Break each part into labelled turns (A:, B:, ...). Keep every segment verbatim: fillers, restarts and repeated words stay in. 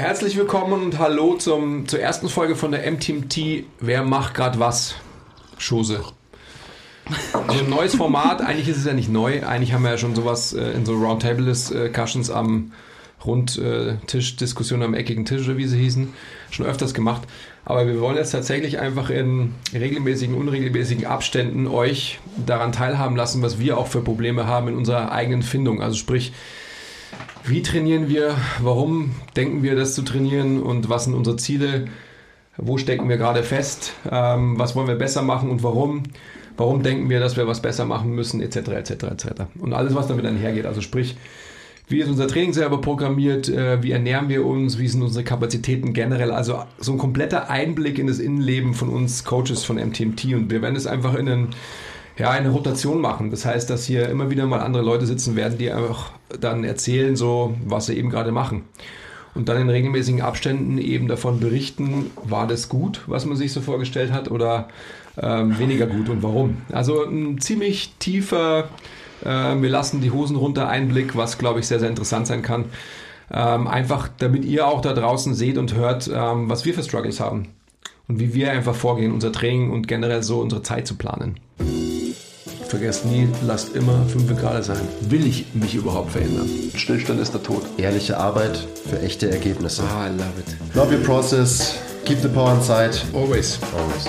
A: Herzlich willkommen und hallo zum, zur ersten Folge von der M T M T Wer macht grad was? Chose. Also ein neues Format, eigentlich ist es ja nicht neu, eigentlich haben wir ja schon sowas äh, in so Roundtable-Discussions am Rundtisch, Diskussionen am eckigen Tisch, oder wie sie hießen, schon öfters gemacht. Aber wir wollen jetzt tatsächlich einfach in regelmäßigen, unregelmäßigen Abständen euch daran teilhaben lassen, was wir auch für Probleme haben in unserer eigenen Findung. Also sprich, wie trainieren wir, warum denken wir, das zu trainieren und was sind unsere Ziele, wo stecken wir gerade fest, ähm, was wollen wir besser machen und warum, warum denken wir, dass wir was besser machen müssen, et cetera et cetera et cetera. Und alles, was damit einhergeht, also sprich, wie ist unser Training selber programmiert, äh, wie ernähren wir uns, wie sind unsere Kapazitäten generell, also so ein kompletter Einblick in das Innenleben von uns Coaches von M T M T und wir werden es einfach in einen Ja, eine Rotation machen. Das heißt, dass hier immer wieder mal andere Leute sitzen werden, die einfach dann erzählen, so was sie eben gerade machen. Und dann in regelmäßigen Abständen eben davon berichten, war das gut, was man sich so vorgestellt hat, oder ähm, weniger gut und warum. Also ein ziemlich tiefer, äh, wir lassen die Hosen runter Einblick, was glaube ich sehr, sehr interessant sein kann. Ähm, einfach damit ihr auch da draußen seht und hört, ähm, was wir für Struggles haben. Und wie wir einfach vorgehen, unser Training und generell so unsere Zeit zu planen. Vergesst nie, lasst immer fünf Grad sein. Will ich mich überhaupt verändern? Stillstand ist der Tod.
B: Ehrliche Arbeit für echte Ergebnisse.
A: Ah, I love it.
B: Love your process. Keep the power inside.
A: Always.
B: Always.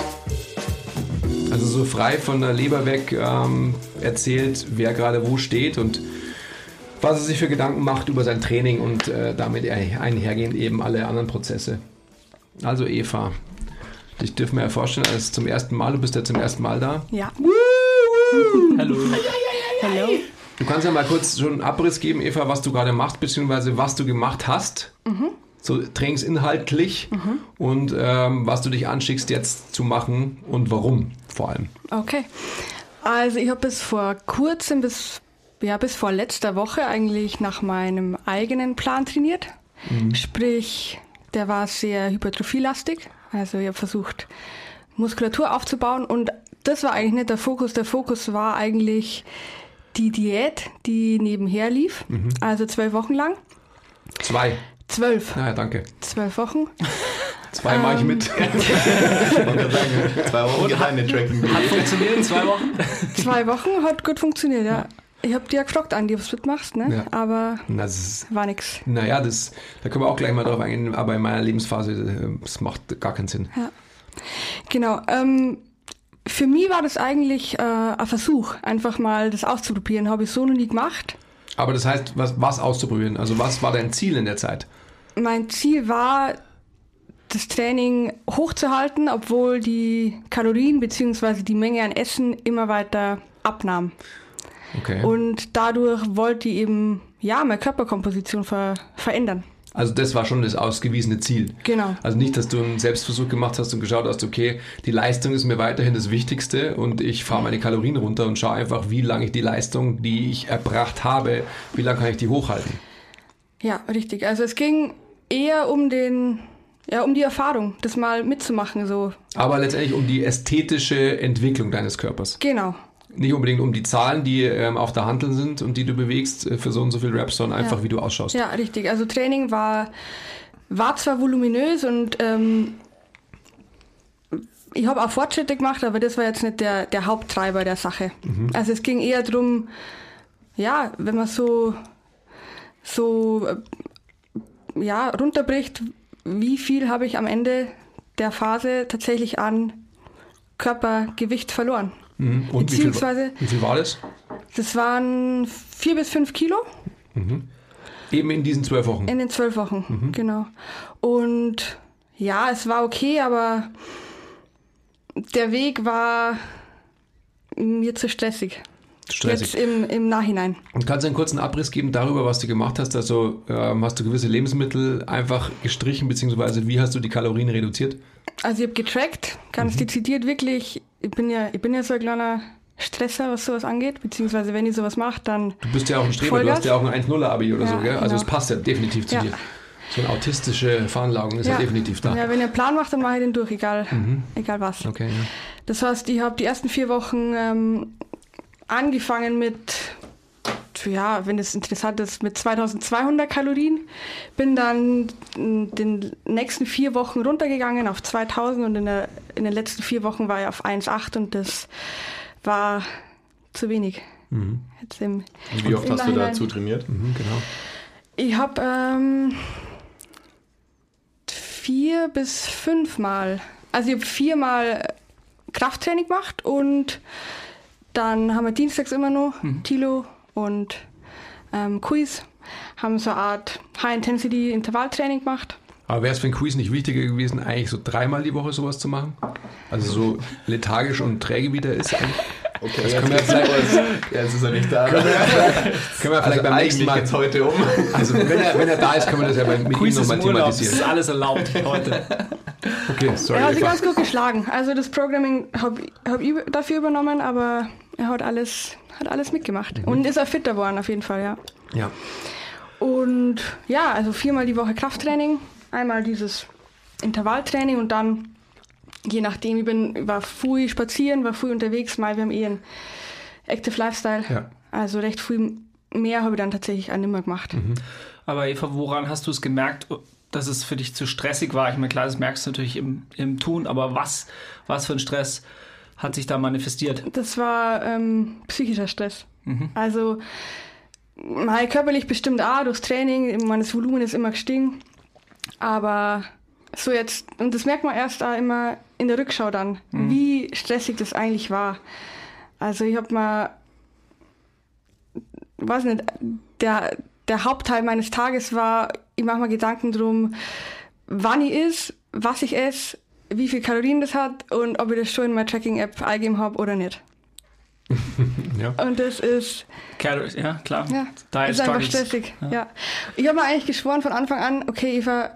A: Also so frei von der Leber weg ähm, erzählt, wer gerade wo steht und was er sich für Gedanken macht über sein Training und äh, damit einhergehend eben alle anderen Prozesse. Also Eva, dich dürfen wir ja vorstellen als zum ersten Mal. Du bist ja zum ersten Mal da.
C: Ja.
A: Hallo.
C: Hallo.
A: Du kannst ja mal kurz schon einen Abriss geben, Eva, was du gerade machst, beziehungsweise was du gemacht hast, mhm. so trainingsinhaltlich mhm. und ähm, was du dich anschickst jetzt zu machen und warum vor allem.
C: Okay, also ich habe bis vor kurzem, bis, ja, bis vor letzter Woche eigentlich nach meinem eigenen Plan trainiert. Mhm. Sprich, der war sehr hypertrophielastig, also ich habe versucht, Muskulatur aufzubauen und das war eigentlich nicht der Fokus. Der Fokus war eigentlich die Diät, die nebenher lief. Mhm. Also zwölf Wochen lang.
A: Zwei?
C: Zwölf.
A: Naja, danke.
C: Zwölf Wochen.
A: Zwei ähm, mache ich mit.
B: Zwei Wochen Geheimnis Tracking.
D: Hat funktioniert, zwei Wochen?
C: Zwei Wochen hat gut funktioniert, ja. Ich habe dir ja gefragt, Andi, ob du es mitmachst, ne?
A: Ja.
C: Aber
A: das ist,
C: war nix.
A: Naja, das, da können wir auch gleich mal drauf eingehen, aber in meiner Lebensphase, das macht gar keinen Sinn.
C: Ja. Genau, ähm, für mich war das eigentlich äh, ein Versuch, einfach mal das auszuprobieren. Habe ich so noch nie gemacht.
A: Aber das heißt, was, was auszuprobieren? Also was war dein Ziel in der Zeit?
C: Mein Ziel war, das Training hochzuhalten, obwohl die Kalorien bzw. die Menge an Essen immer weiter abnahm.
A: Okay.
C: Und dadurch wollte ich eben ja meine Körperkomposition ver- verändern.
A: Also das war schon das ausgewiesene Ziel.
C: Genau.
A: Also nicht, dass du einen Selbstversuch gemacht hast und geschaut hast, okay, die Leistung ist mir weiterhin das Wichtigste und ich fahre meine Kalorien runter und schaue einfach, wie lange ich die Leistung, die ich erbracht habe, wie lange kann ich die hochhalten.
C: Ja, richtig. Also es ging eher um den, ja, um die Erfahrung, das mal mitzumachen. So.
A: Aber letztendlich um die ästhetische Entwicklung deines Körpers.
C: Genau.
A: Nicht unbedingt um die Zahlen, die ähm, auf der Hantel sind und die du bewegst äh, für so und so viel Reps, sondern einfach,
C: ja.
A: wie du ausschaust.
C: Ja, richtig. Also Training war, war zwar voluminös und ähm, ich habe auch Fortschritte gemacht, aber das war jetzt nicht der, der Haupttreiber der Sache. Mhm. Also es ging eher darum, ja, wenn man so, so äh, ja, runterbricht, wie viel habe ich am Ende der Phase tatsächlich an Körpergewicht verloren.
A: Mhm. Und
C: Beziehungsweise,
A: wie viel, wie viel war das?
C: Das waren vier bis fünf Kilo.
A: Mhm. Eben in diesen zwölf Wochen?
C: In den zwölf Wochen, mhm. genau. Und ja, es war okay, aber der Weg war mir zu stressig.
A: Stressig.
C: Jetzt im, im Nachhinein.
A: Und kannst du einen kurzen Abriss geben darüber, was du gemacht hast? Also ähm, hast du gewisse Lebensmittel einfach gestrichen, beziehungsweise wie hast du die Kalorien reduziert? Also
C: ich habe getrackt, ganz mhm. dezidiert wirklich. Ich bin ja, ich bin ja so ein kleiner Stresser, was sowas angeht, beziehungsweise wenn ich sowas mache, dann
A: Du bist ja auch ein Streber,
C: Vollgas.
A: Du hast ja auch ein eins null Abi oder
C: ja,
A: so, gell? Also
C: genau.
A: es passt ja definitiv zu
C: ja.
A: dir. So eine autistische Veranlagung ist ja, ja definitiv da.
C: Ja, wenn ich einen Plan mache, dann mache ich den durch, egal,
A: mhm.
C: egal was.
A: Okay, ja.
C: Das heißt, ich habe die ersten vier Wochen ähm, angefangen mit ja, wenn es interessant ist, mit zweitausendzweihundert Kalorien. Bin dann in den nächsten vier Wochen runtergegangen auf zweitausend und in, der, in den letzten vier Wochen war ich auf eins Komma acht und das war zu wenig.
A: Mhm.
D: Jetzt im, Wie oft hast du dazu trainiert?
A: Mhm, genau.
C: Ich habe ähm, vier bis fünfmal, also ich habe viermal Krafttraining gemacht und dann haben wir dienstags immer noch mhm. Tilo und ähm, Quiz, haben so eine Art High-Intensity-Intervalltraining gemacht.
A: Aber wäre es für den Quiz nicht wichtiger gewesen, eigentlich so dreimal die Woche sowas zu machen? Also so lethargisch und träge wie der ist eigentlich?
D: Okay, das können wir vielleicht, jetzt ist er nicht da.
A: Können wir, können wir vielleicht also beim nächsten Mal
D: jetzt heute um.
A: Also wenn er, wenn er da ist, können wir das ja mit ihm nochmal thematisieren.
E: Das ist alles erlaubt heute.
A: Okay, sorry.
C: Er hat sich ganz gut geschlagen. Also das Programming habe hab ich dafür übernommen, aber er hat alles, hat alles mitgemacht. Mhm. Und ist auch fitter geworden auf jeden Fall, ja.
A: Ja.
C: Und ja, also viermal die Woche Krafttraining, einmal dieses Intervalltraining und dann je nachdem, ich bin, war früh spazieren, war früh unterwegs, mal wir haben eh einen Active Lifestyle,
A: ja.
C: Also recht früh mehr habe ich dann tatsächlich auch nicht mehr gemacht.
E: Mhm. Aber Eva, woran hast du es gemerkt, dass es für dich zu stressig war? Ich meine, klar, das merkst du natürlich im, im Tun, aber was, was für ein Stress hat sich da manifestiert?
C: Das war ähm, psychischer Stress.
E: Mhm.
C: Also mal körperlich bestimmt auch, durchs Training, mein, das Volumen ist immer gestiegen, aber so jetzt, und das merkt man erst auch immer in der Rückschau dann, mhm. wie stressig das eigentlich war. Also ich habe mal, weiß nicht, der, der Hauptteil meines Tages war, ich mache mir Gedanken drum, wann ich esse, was ich esse, wie viel Kalorien das hat und ob ich das schon in meiner Tracking-App eingegeben habe oder nicht.
A: Ja.
C: Und das ist...
E: Calories, ja, klar.
C: Ja,
E: da
C: ist einfach stressig. Ja. Ja. Ich habe mir eigentlich geschworen von Anfang an, okay, Eva,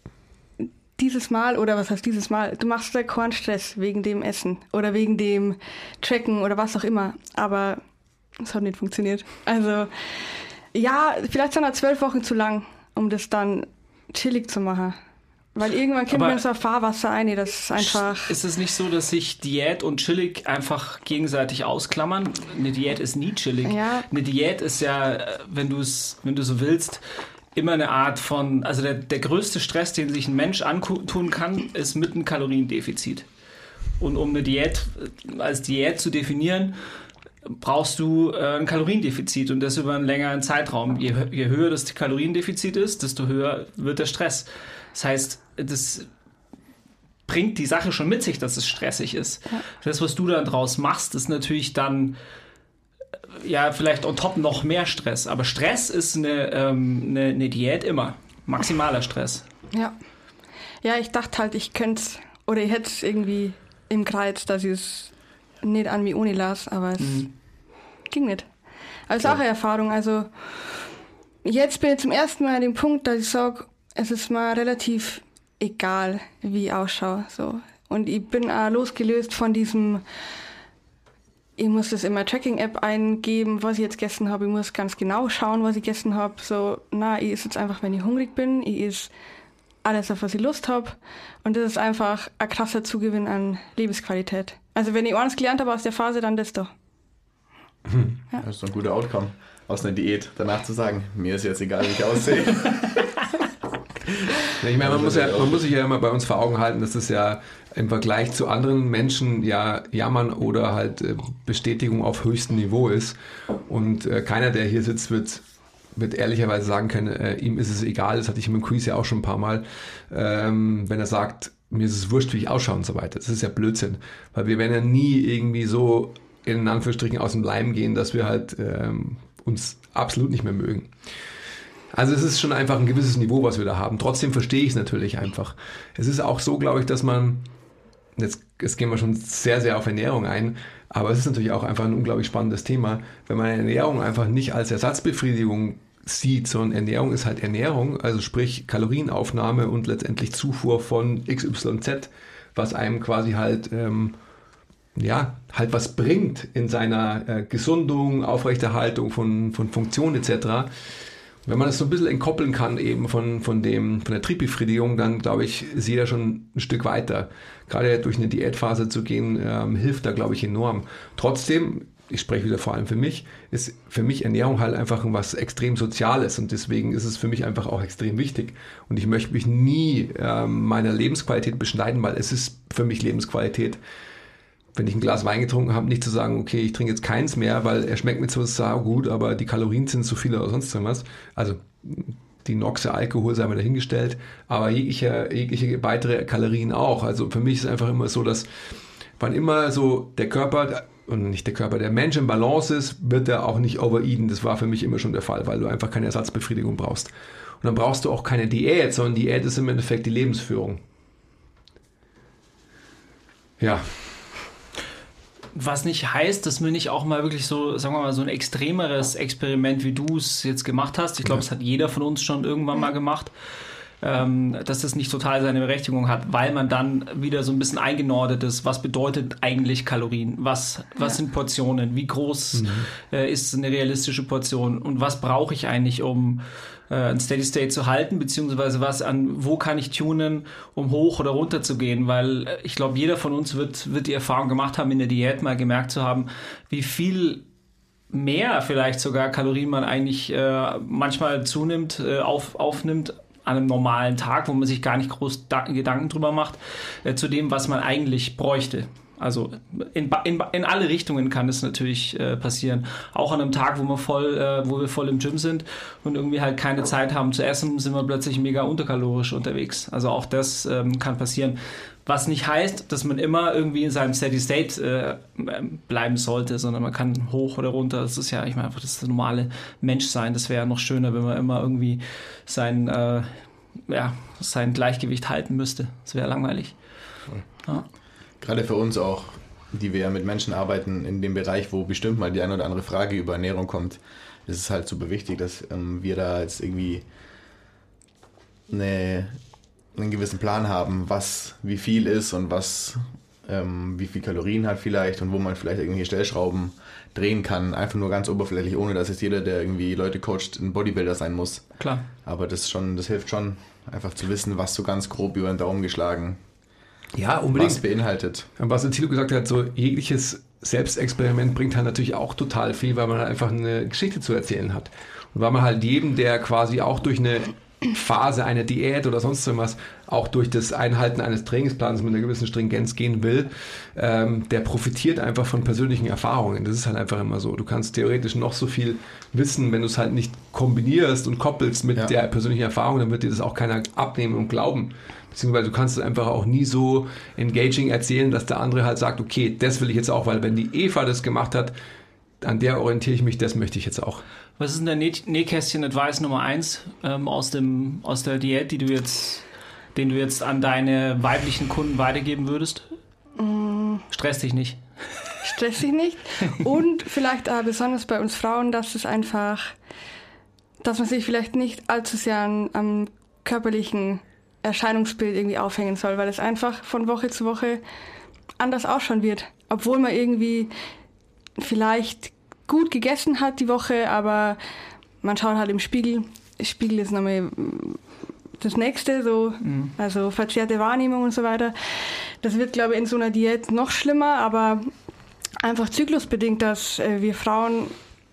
C: dieses Mal, oder was heißt dieses Mal, du machst da keinen Stress wegen dem Essen oder wegen dem Tracken oder was auch immer, aber es hat nicht funktioniert. Also ja, vielleicht sind da zwölf Wochen zu lang, um das dann chillig zu machen. Weil irgendwann kommt man so ein Fahrwasser ein, das ist einfach...
E: Ist es nicht so, dass sich Diät und chillig einfach gegenseitig ausklammern? Eine Diät ist nie chillig.
C: Ja.
E: Eine Diät ist ja, wenn du es, wenn du so willst, immer eine Art von, also der, der größte Stress, den sich ein Mensch antun kann, ist mit einem Kaloriendefizit. Und um eine Diät als Diät zu definieren, brauchst du äh, ein Kaloriendefizit und das über einen längeren Zeitraum. Je, je höher das Kaloriendefizit ist, desto höher wird der Stress. Das heißt, das bringt die Sache schon mit sich, dass es stressig ist. Ja. Das, was du dann draus machst, ist natürlich dann ja, vielleicht on top noch mehr Stress. Aber Stress ist eine, ähm, eine, eine Diät immer. Maximaler Stress.
C: Ja. Ja, ich dachte halt, ich könnte es, oder ich hätte es irgendwie im Kreis, dass ich es nicht an wie ohne las, aber es mhm. ging nicht. Also ja. Auch eine Erfahrung. Also jetzt bin ich zum ersten Mal an dem Punkt, dass ich sage, es ist mal relativ egal, wie ich ausschaue. So. Und ich bin auch losgelöst von diesem... Ich muss das in meine Tracking-App eingeben, was ich jetzt gegessen habe. Ich muss ganz genau schauen, was ich gegessen habe. So, na, ich esse jetzt einfach, wenn ich hungrig bin. Ich esse alles, auf was ich Lust habe. Und das ist einfach ein krasser Zugewinn an Lebensqualität. Also wenn ich eins gelernt habe aus der Phase, dann das doch.
D: Hm. Ja. Das ist ein guter Outcome aus einer Diät. Danach zu sagen, mir ist jetzt egal, wie ich aussehe.
A: Ich meine, man muss, ja, man muss sich ja immer bei uns vor Augen halten, dass es ja im Vergleich zu anderen Menschen ja Jammern oder halt Bestätigung auf höchstem Niveau ist. Und äh, keiner, der hier sitzt, wird, wird ehrlicherweise sagen können, äh, ihm ist es egal, das hatte ich im Quiz ja auch schon ein paar Mal, ähm, wenn er sagt, mir ist es wurscht, wie ich ausschaue und so weiter. Das ist ja Blödsinn, weil wir werden ja nie irgendwie so in Anführungsstrichen aus dem Leim gehen, dass wir halt ähm, uns absolut nicht mehr mögen. Also es ist schon einfach ein gewisses Niveau, was wir da haben. Trotzdem verstehe ich es natürlich einfach. Es ist auch so, glaube ich, dass man, jetzt, jetzt gehen wir schon sehr, sehr auf Ernährung ein, aber es ist natürlich auch einfach ein unglaublich spannendes Thema, wenn man Ernährung einfach nicht als Ersatzbefriedigung sieht, sondern Ernährung ist halt Ernährung, also sprich Kalorienaufnahme und letztendlich Zufuhr von X Y Z, was einem quasi halt, ähm, ja, halt was bringt in seiner äh, Gesundung, Aufrechterhaltung von, von Funktion et cetera. Wenn man das so ein bisschen entkoppeln kann eben von, von, dem, von der Triebbefriedigung, dann glaube ich, ist jeder schon ein Stück weiter. Gerade durch eine Diätphase zu gehen, ähm, hilft da, glaube ich, enorm. Trotzdem, ich spreche wieder vor allem für mich, ist für mich Ernährung halt einfach was extrem Soziales und deswegen ist es für mich einfach auch extrem wichtig. Und ich möchte mich nie äh, meiner Lebensqualität beschneiden, weil es ist für mich Lebensqualität, wenn ich ein Glas Wein getrunken habe, nicht zu sagen, okay, ich trinke jetzt keins mehr, weil er schmeckt mir zwar sau gut, aber die Kalorien sind so viele oder sonst irgendwas. Also die Noxe, Alkohol sei mal dahingestellt, aber jegliche, jegliche weitere Kalorien auch. Also für mich ist es einfach immer so, dass wann immer so der Körper, und nicht der Körper, der Mensch im Balance ist, wird er auch nicht overeaten. Das war für mich immer schon der Fall, weil du einfach keine Ersatzbefriedigung brauchst. Und dann brauchst du auch keine Diät, sondern Diät ist im Endeffekt die Lebensführung. Ja.
E: Was nicht heißt, dass wir nicht auch mal wirklich so, sagen wir mal, so ein extremeres Experiment, wie du es jetzt gemacht hast. Ich glaube, ja. Das hat jeder von uns schon irgendwann mal gemacht. Ähm, dass das nicht total seine Berechtigung hat, weil man dann wieder so ein bisschen eingenordet ist. Was bedeutet eigentlich Kalorien? Was, was ja. sind Portionen? Wie groß mhm. äh, ist eine realistische Portion? Und was brauche ich eigentlich, um äh, ein Steady State zu halten? Beziehungsweise was an, wo kann ich tunen, um hoch oder runter zu gehen? Weil äh, ich glaube, jeder von uns wird, wird die Erfahrung gemacht haben, in der Diät mal gemerkt zu haben, wie viel mehr vielleicht sogar Kalorien man eigentlich äh, manchmal zunimmt, äh, auf, aufnimmt, an einem normalen Tag, wo man sich gar nicht groß da- Gedanken drüber macht, äh, zu dem, was man eigentlich bräuchte. Also in, in, in alle Richtungen kann das natürlich äh, passieren. Auch an einem Tag, wo wir voll, äh, wo wir voll im Gym sind und irgendwie halt keine Zeit haben zu essen, sind wir plötzlich mega unterkalorisch unterwegs. Also auch das ähm, kann passieren. Was nicht heißt, dass man immer irgendwie in seinem Steady State äh, bleiben sollte, sondern man kann hoch oder runter. Das ist ja, ich meine, einfach das normale Menschsein. Das wäre ja noch schöner, wenn man immer irgendwie sein, äh, ja, sein Gleichgewicht halten müsste. Das wäre langweilig. Ja.
D: Gerade für uns auch, die wir ja mit Menschen arbeiten, in dem Bereich, wo bestimmt mal die eine oder andere Frage über Ernährung kommt, ist es halt super wichtig, dass ähm, wir da jetzt irgendwie eine, einen gewissen Plan haben, was wie viel ist und was ähm, wie viel Kalorien hat vielleicht und wo man vielleicht irgendwelche Stellschrauben drehen kann. Einfach nur ganz oberflächlich, ohne dass jetzt jeder, der irgendwie Leute coacht, ein Bodybuilder sein muss.
E: Klar.
D: Aber das schon, das hilft schon, einfach zu wissen, was so ganz grob über den Daumen geschlagen
A: Ja, unbedingt.
D: was beinhaltet.
A: Was der Thilo gesagt hat, so jegliches Selbstexperiment bringt halt natürlich auch total viel, weil man halt einfach eine Geschichte zu erzählen hat. Und weil man halt jedem, der quasi auch durch eine Phase einer Diät oder sonst irgendwas, auch durch das Einhalten eines Trainingsplans mit einer gewissen Stringenz gehen will, ähm, der profitiert einfach von persönlichen Erfahrungen. Das ist halt einfach immer so. Du kannst theoretisch noch so viel wissen, wenn du es halt nicht kombinierst und koppelst mit ja. der persönlichen Erfahrung, dann wird dir das auch keiner abnehmen und glauben. Beziehungsweise du kannst es einfach auch nie so engaging erzählen, dass der andere halt sagt, okay, das will ich jetzt auch, weil wenn die Eva das gemacht hat, an der orientiere ich mich, das möchte ich jetzt auch.
E: Was ist denn der Näh- Nähkästchen-Advice Nummer eins ähm, aus, dem, aus der Diät, die du jetzt, den du jetzt an deine weiblichen Kunden weitergeben würdest?
C: Mm.
E: Stress dich nicht.
C: Stress dich nicht. Und vielleicht auch besonders bei uns Frauen, dass es einfach, dass man sich vielleicht nicht allzu sehr an, am körperlichen Erscheinungsbild irgendwie aufhängen soll, weil es einfach von Woche zu Woche anders ausschauen wird. Obwohl man irgendwie vielleicht gut gegessen hat die Woche, aber man schaut halt im Spiegel. Spiegel ist nochmal das Nächste, so, mhm. also verzerrte Wahrnehmung und so weiter. Das wird, glaube ich, in so einer Diät noch schlimmer, aber einfach zyklusbedingt, dass äh, wir Frauen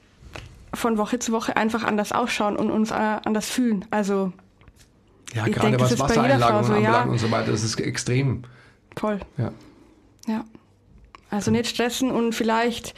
C: von Woche zu Woche einfach anders ausschauen und uns äh, anders fühlen. Also
A: ja,
C: ich
A: gerade
C: denke,
A: was Wassereinlagerungen
C: so,
A: anbelangt
C: ja.
A: und so weiter, das ist extrem.
C: Voll.
A: Ja.
C: Ja. Also nicht stressen und vielleicht,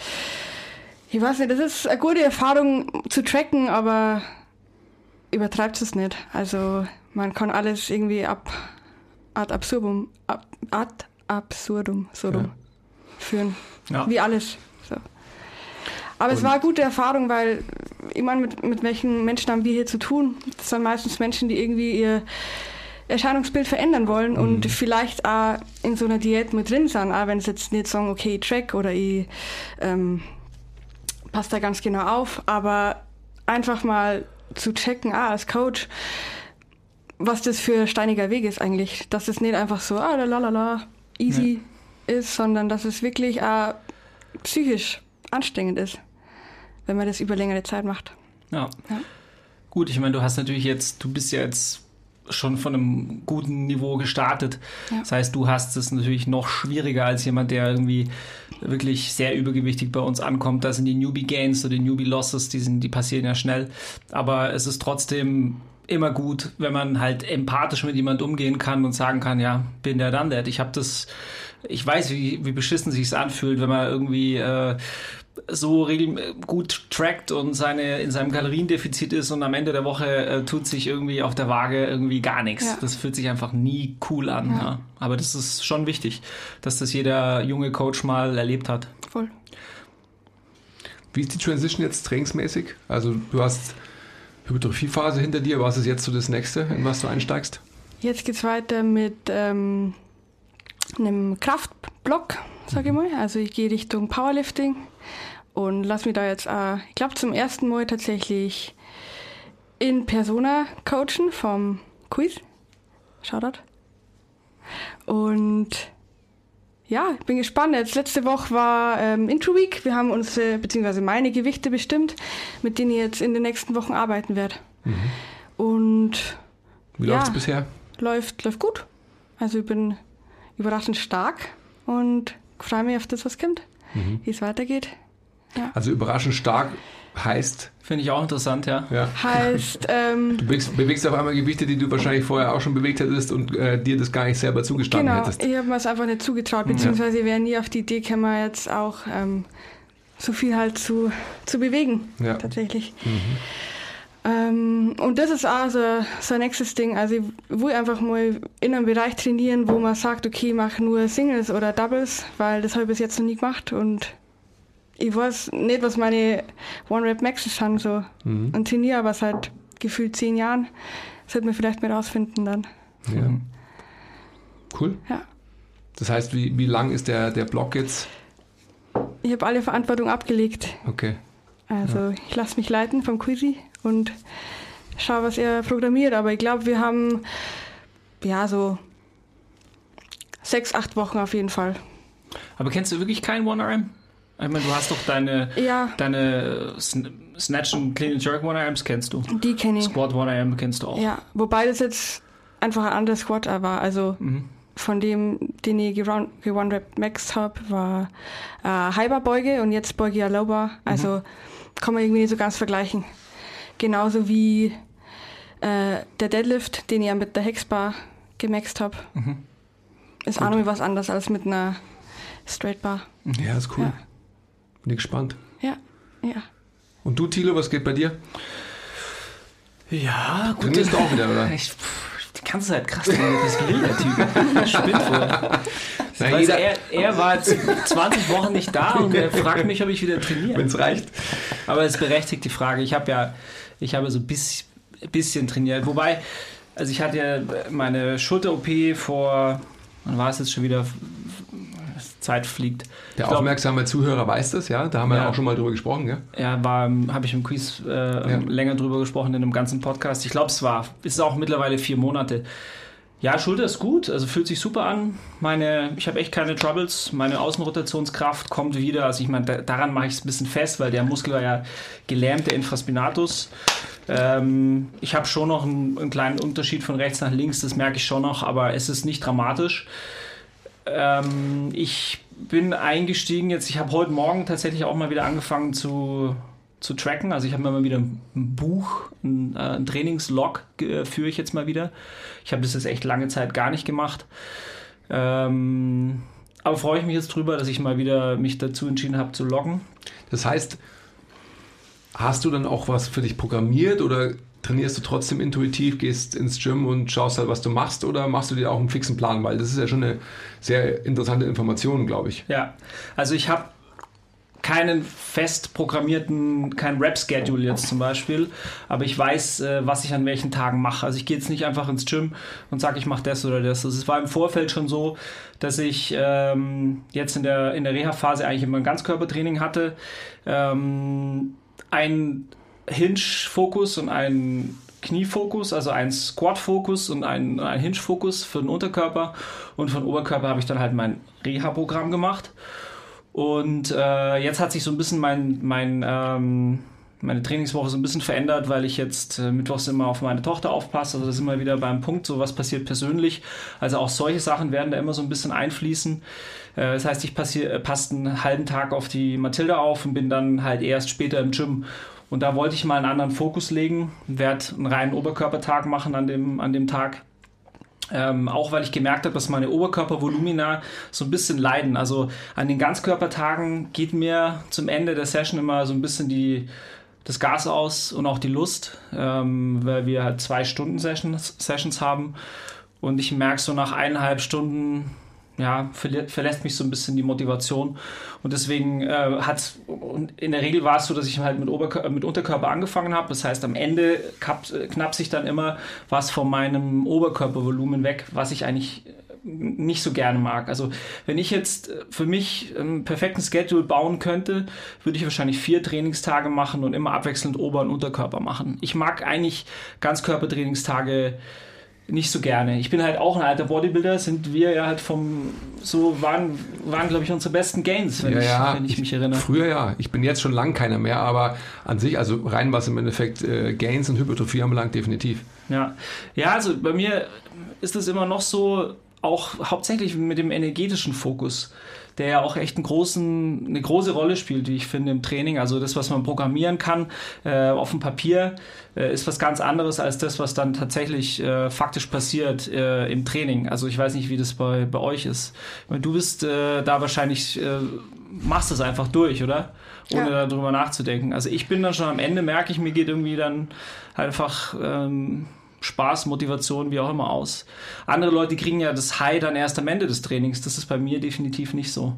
C: ich weiß nicht, das ist eine gute Erfahrung zu tracken, aber übertreibt es nicht. Also man kann alles irgendwie ab ad absurdum, ab, ad absurdum so rum
A: ja.
C: führen.
E: Ja.
C: Wie alles. So. Aber und es war eine gute Erfahrung, weil ich meine, mit, mit welchen Menschen haben wir hier zu tun? Das sind meistens Menschen, die irgendwie ihr Erscheinungsbild verändern wollen mhm. und vielleicht auch in so einer Diät mit drin sind, auch wenn sie jetzt nicht sagen, okay, ich track oder ich ähm, passe da ganz genau auf, aber einfach mal zu checken, ah, als Coach, was das für ein steiniger Weg ist eigentlich, dass es nicht einfach so, ah, la easy ja. ist, sondern dass es wirklich auch psychisch anstrengend ist, wenn man das über längere Zeit macht.
E: Ja.
C: ja.
E: Gut, ich meine, du hast natürlich jetzt, du bist ja jetzt schon von einem guten Niveau gestartet.
C: Ja.
E: Das heißt, du hast es natürlich noch schwieriger als jemand, der irgendwie wirklich sehr übergewichtig bei uns ankommt. Da sind die Newbie Gains oder die Newbie Losses, die, sind, die passieren ja schnell. Aber es ist trotzdem immer gut, wenn man halt empathisch mit jemand umgehen kann und sagen kann, ja, bin der done that. Ich habe das, ich weiß, wie, wie beschissen sich's anfühlt, wenn man irgendwie äh, so regel- gut trackt und seine, in seinem Kaloriendefizit ist und am Ende der Woche äh, tut sich irgendwie auf der Waage irgendwie gar nichts.
C: Ja.
E: Das fühlt sich einfach nie cool an.
C: Ja.
E: Ja. Aber das ist schon wichtig, dass das jeder junge Coach mal erlebt hat.
C: Voll.
A: Wie ist die Transition jetzt trainingsmäßig? Also du hast Hypertrophiephase hinter dir. Was ist jetzt so das Nächste, in was du einsteigst?
C: Jetzt geht's weiter mit ähm, einem Kraftblock, sage ich mal. Also ich gehe Richtung Powerlifting und lass mich da jetzt, äh, ich glaube zum ersten Mal tatsächlich in Persona coachen vom Quiz. Shoutout. Und ja, ich bin gespannt. Jetzt letzte Woche war ähm, Intro Week. Wir haben unsere, beziehungsweise meine Gewichte bestimmt, mit denen ich jetzt in den nächsten Wochen arbeiten werde. Mhm. Und
A: wie
C: ja,
A: läuft es bisher?
C: Läuft, läuft gut. Also ich bin überraschend stark und freue mich auf das, was kommt, mhm. wie es weitergeht. Ja.
A: Also überraschend stark heißt...
E: Finde ich auch interessant, ja.
A: ja.
C: Heißt... Ähm,
A: du bewegst, bewegst auf einmal Gewichte, die du wahrscheinlich vorher auch schon bewegt hättest und äh, dir das gar nicht selber zugestanden
C: genau,
A: hättest.
C: Genau, ich habe mir es einfach nicht zugetraut, beziehungsweise ich wäre nie auf die Idee gekommen, jetzt auch ähm, so viel halt zu, zu bewegen, ja. tatsächlich. Mhm. Ähm, und das ist auch so, so ein nächstes Ding. Also ich will einfach mal in einem Bereich trainieren, wo man sagt, okay, ich mache nur Singles oder Doubles, weil das habe ich bis jetzt noch nie gemacht und ich weiß nicht, was meine One-Rep-Maxes sind so. Mhm. Und trainiere aber seit gefühlt zehn Jahren. Das sollte man vielleicht mal rausfinden dann.
A: Ja.
C: Mhm.
A: Cool.
C: Ja.
A: Das heißt, wie, wie lang ist der, der Block jetzt?
C: Ich habe alle Verantwortung abgelegt.
A: Okay.
C: Also
A: ja.
C: ich lasse mich leiten vom Quizy und schaue, was er programmiert. Aber ich glaube, wir haben ja so sechs, acht Wochen auf jeden Fall.
E: Aber kennst du wirklich keinen One-R M? Ich meine, du hast doch deine,
C: ja.
E: deine Snatch und Clean and Jerk One-R Ms kennst du.
C: Die kenne ich.
E: Squat One-R M kennst du auch.
C: Ja, wobei das jetzt einfach ein anderer Squat war. Also mhm. von dem, den ich ge-One-Rep-Max habe, war äh, High-Bar-Beuge und jetzt Beuge ja Low-Bar. Also mhm. kann man irgendwie nicht so ganz vergleichen. Genauso wie äh, der Deadlift, den ich ja mit der Hexbar gemaxt habe. Mhm. Ist Gut. auch noch was anderes als mit einer Straight Bar.
A: Ja, ist cool. Ja. Bin ich gespannt.
C: Ja, ja.
A: Und du, Thilo, was geht bei dir?
E: Ja, gut.
A: Trainierst du auch wieder, oder?
E: Ich, die ganze Zeit krass, das will der Typ. Spinnt wohl. Na, jeder, er, er war jetzt zwanzig Wochen nicht da und er fragt mich, ob ich wieder trainiere.
A: Wenn es reicht.
E: Aber es berechtigt die Frage. Ich habe ja, ich habe so ein bisschen, bisschen trainiert. Wobei, also ich hatte ja meine Schulter-O P vor, wann war es jetzt schon wieder? Zeit fliegt.
A: Der
E: glaub,
A: aufmerksame Zuhörer weiß das, ja? Da haben wir ja auch schon mal drüber gesprochen, gell?
E: Ja, war, habe ich im Quiz äh, ja. länger drüber gesprochen in einem ganzen Podcast. Ich glaube, es war, ist auch mittlerweile vier Monate. Ja, Schulter ist gut, also fühlt sich super an. Meine, ich habe echt keine Troubles. Meine Außenrotationskraft kommt wieder. Also ich meine, da, daran mache ich es ein bisschen fest, weil der Muskel war ja gelähmt, der Infraspinatus. Ähm, ich habe schon noch einen, einen kleinen Unterschied von rechts nach links, das merke ich schon noch, aber es ist nicht dramatisch. Ähm, ich bin eingestiegen jetzt, ich habe heute Morgen tatsächlich auch mal wieder angefangen zu, zu tracken, also ich habe mir mal wieder ein Buch, ein, äh, ein Trainingslog äh, führe ich jetzt mal wieder. Ich habe das jetzt echt lange Zeit gar nicht gemacht, ähm, aber freue ich mich jetzt drüber, dass ich mal wieder mich dazu entschieden habe zu loggen.
A: Das heißt, hast du dann auch was für dich programmiert oder trainierst du trotzdem intuitiv, gehst ins Gym und schaust halt, was du machst, oder machst du dir auch einen fixen Plan? Weil das ist ja schon eine sehr interessante Information, glaube ich.
E: Ja, also ich habe keinen fest programmierten, kein Rep-Schedule jetzt zum Beispiel, aber ich weiß, was ich an welchen Tagen mache. Also ich gehe jetzt nicht einfach ins Gym und sage, ich mache das oder das. Also es war im Vorfeld schon so, dass ich ähm, jetzt in der, in der Reha-Phase eigentlich immer ein Ganzkörpertraining hatte. Ähm, ein Hinge-Fokus und ein Knie-Fokus, also ein Squat-Fokus und ein, ein Hinge-Fokus für den Unterkörper, und für den Oberkörper habe ich dann halt mein Reha-Programm gemacht. Und äh, jetzt hat sich so ein bisschen mein, mein, ähm, meine Trainingswoche so ein bisschen verändert, weil ich jetzt äh, mittwochs immer auf meine Tochter aufpasse. Also das ist immer wieder beim Punkt, so was passiert persönlich. Also auch solche Sachen werden da immer so ein bisschen einfließen. Äh, das heißt, ich passier, äh, passe einen halben Tag auf die Mathilda auf und bin dann halt erst später im Gym. Und da wollte ich mal einen anderen Fokus legen, werde einen reinen Oberkörpertag machen an dem, an dem Tag. Ähm, auch weil ich gemerkt habe, dass meine Oberkörpervolumina so ein bisschen leiden. Also an den Ganzkörpertagen geht mir zum Ende der Session immer so ein bisschen die, das Gas aus und auch die Lust, ähm, weil wir halt zwei Stunden Sessions, Sessions haben. Und ich merke so nach eineinhalb Stunden, ja, verlä- verlässt mich so ein bisschen die Motivation. Und deswegen äh, hat in der Regel war es so, dass ich halt mit, Oberkör- mit Unterkörper angefangen habe. Das heißt, am Ende knapp, knapp sich dann immer was von meinem Oberkörpervolumen weg, was ich eigentlich nicht so gerne mag. Also wenn ich jetzt für mich einen perfekten Schedule bauen könnte, würde ich wahrscheinlich vier Trainingstage machen und immer abwechselnd Ober- und Unterkörper machen. Ich mag eigentlich Ganzkörpertrainingstage nicht so gerne. Ich bin halt auch ein alter Bodybuilder, sind wir ja halt vom, so waren, waren glaube ich unsere besten Gains, wenn,
A: Ja,
E: ich,
A: ja.
E: wenn ich mich erinnere.
A: Früher ja. Ich bin jetzt schon lang keiner mehr, aber an sich, also rein was im Endeffekt äh, Gains und Hypertrophie anbelangt, definitiv.
E: Ja. Ja, also bei mir ist es immer noch so, auch hauptsächlich mit dem energetischen Fokus, der ja auch echt einen großen, eine große Rolle spielt, wie ich finde, im Training. Also das, was man programmieren kann äh, auf dem Papier, äh, ist was ganz anderes als das, was dann tatsächlich äh, faktisch passiert äh, im Training. Also ich weiß nicht, wie das bei, bei euch ist. Ich meine, du bist äh, da wahrscheinlich, äh, machst das einfach durch, oder? Ohne
C: Ja.
E: darüber nachzudenken. Also ich bin dann schon am Ende, merke ich, mir geht irgendwie dann einfach ähm, Spaß, Motivation, wie auch immer aus. Andere Leute kriegen ja das High dann erst am Ende des Trainings. Das ist bei mir definitiv nicht so.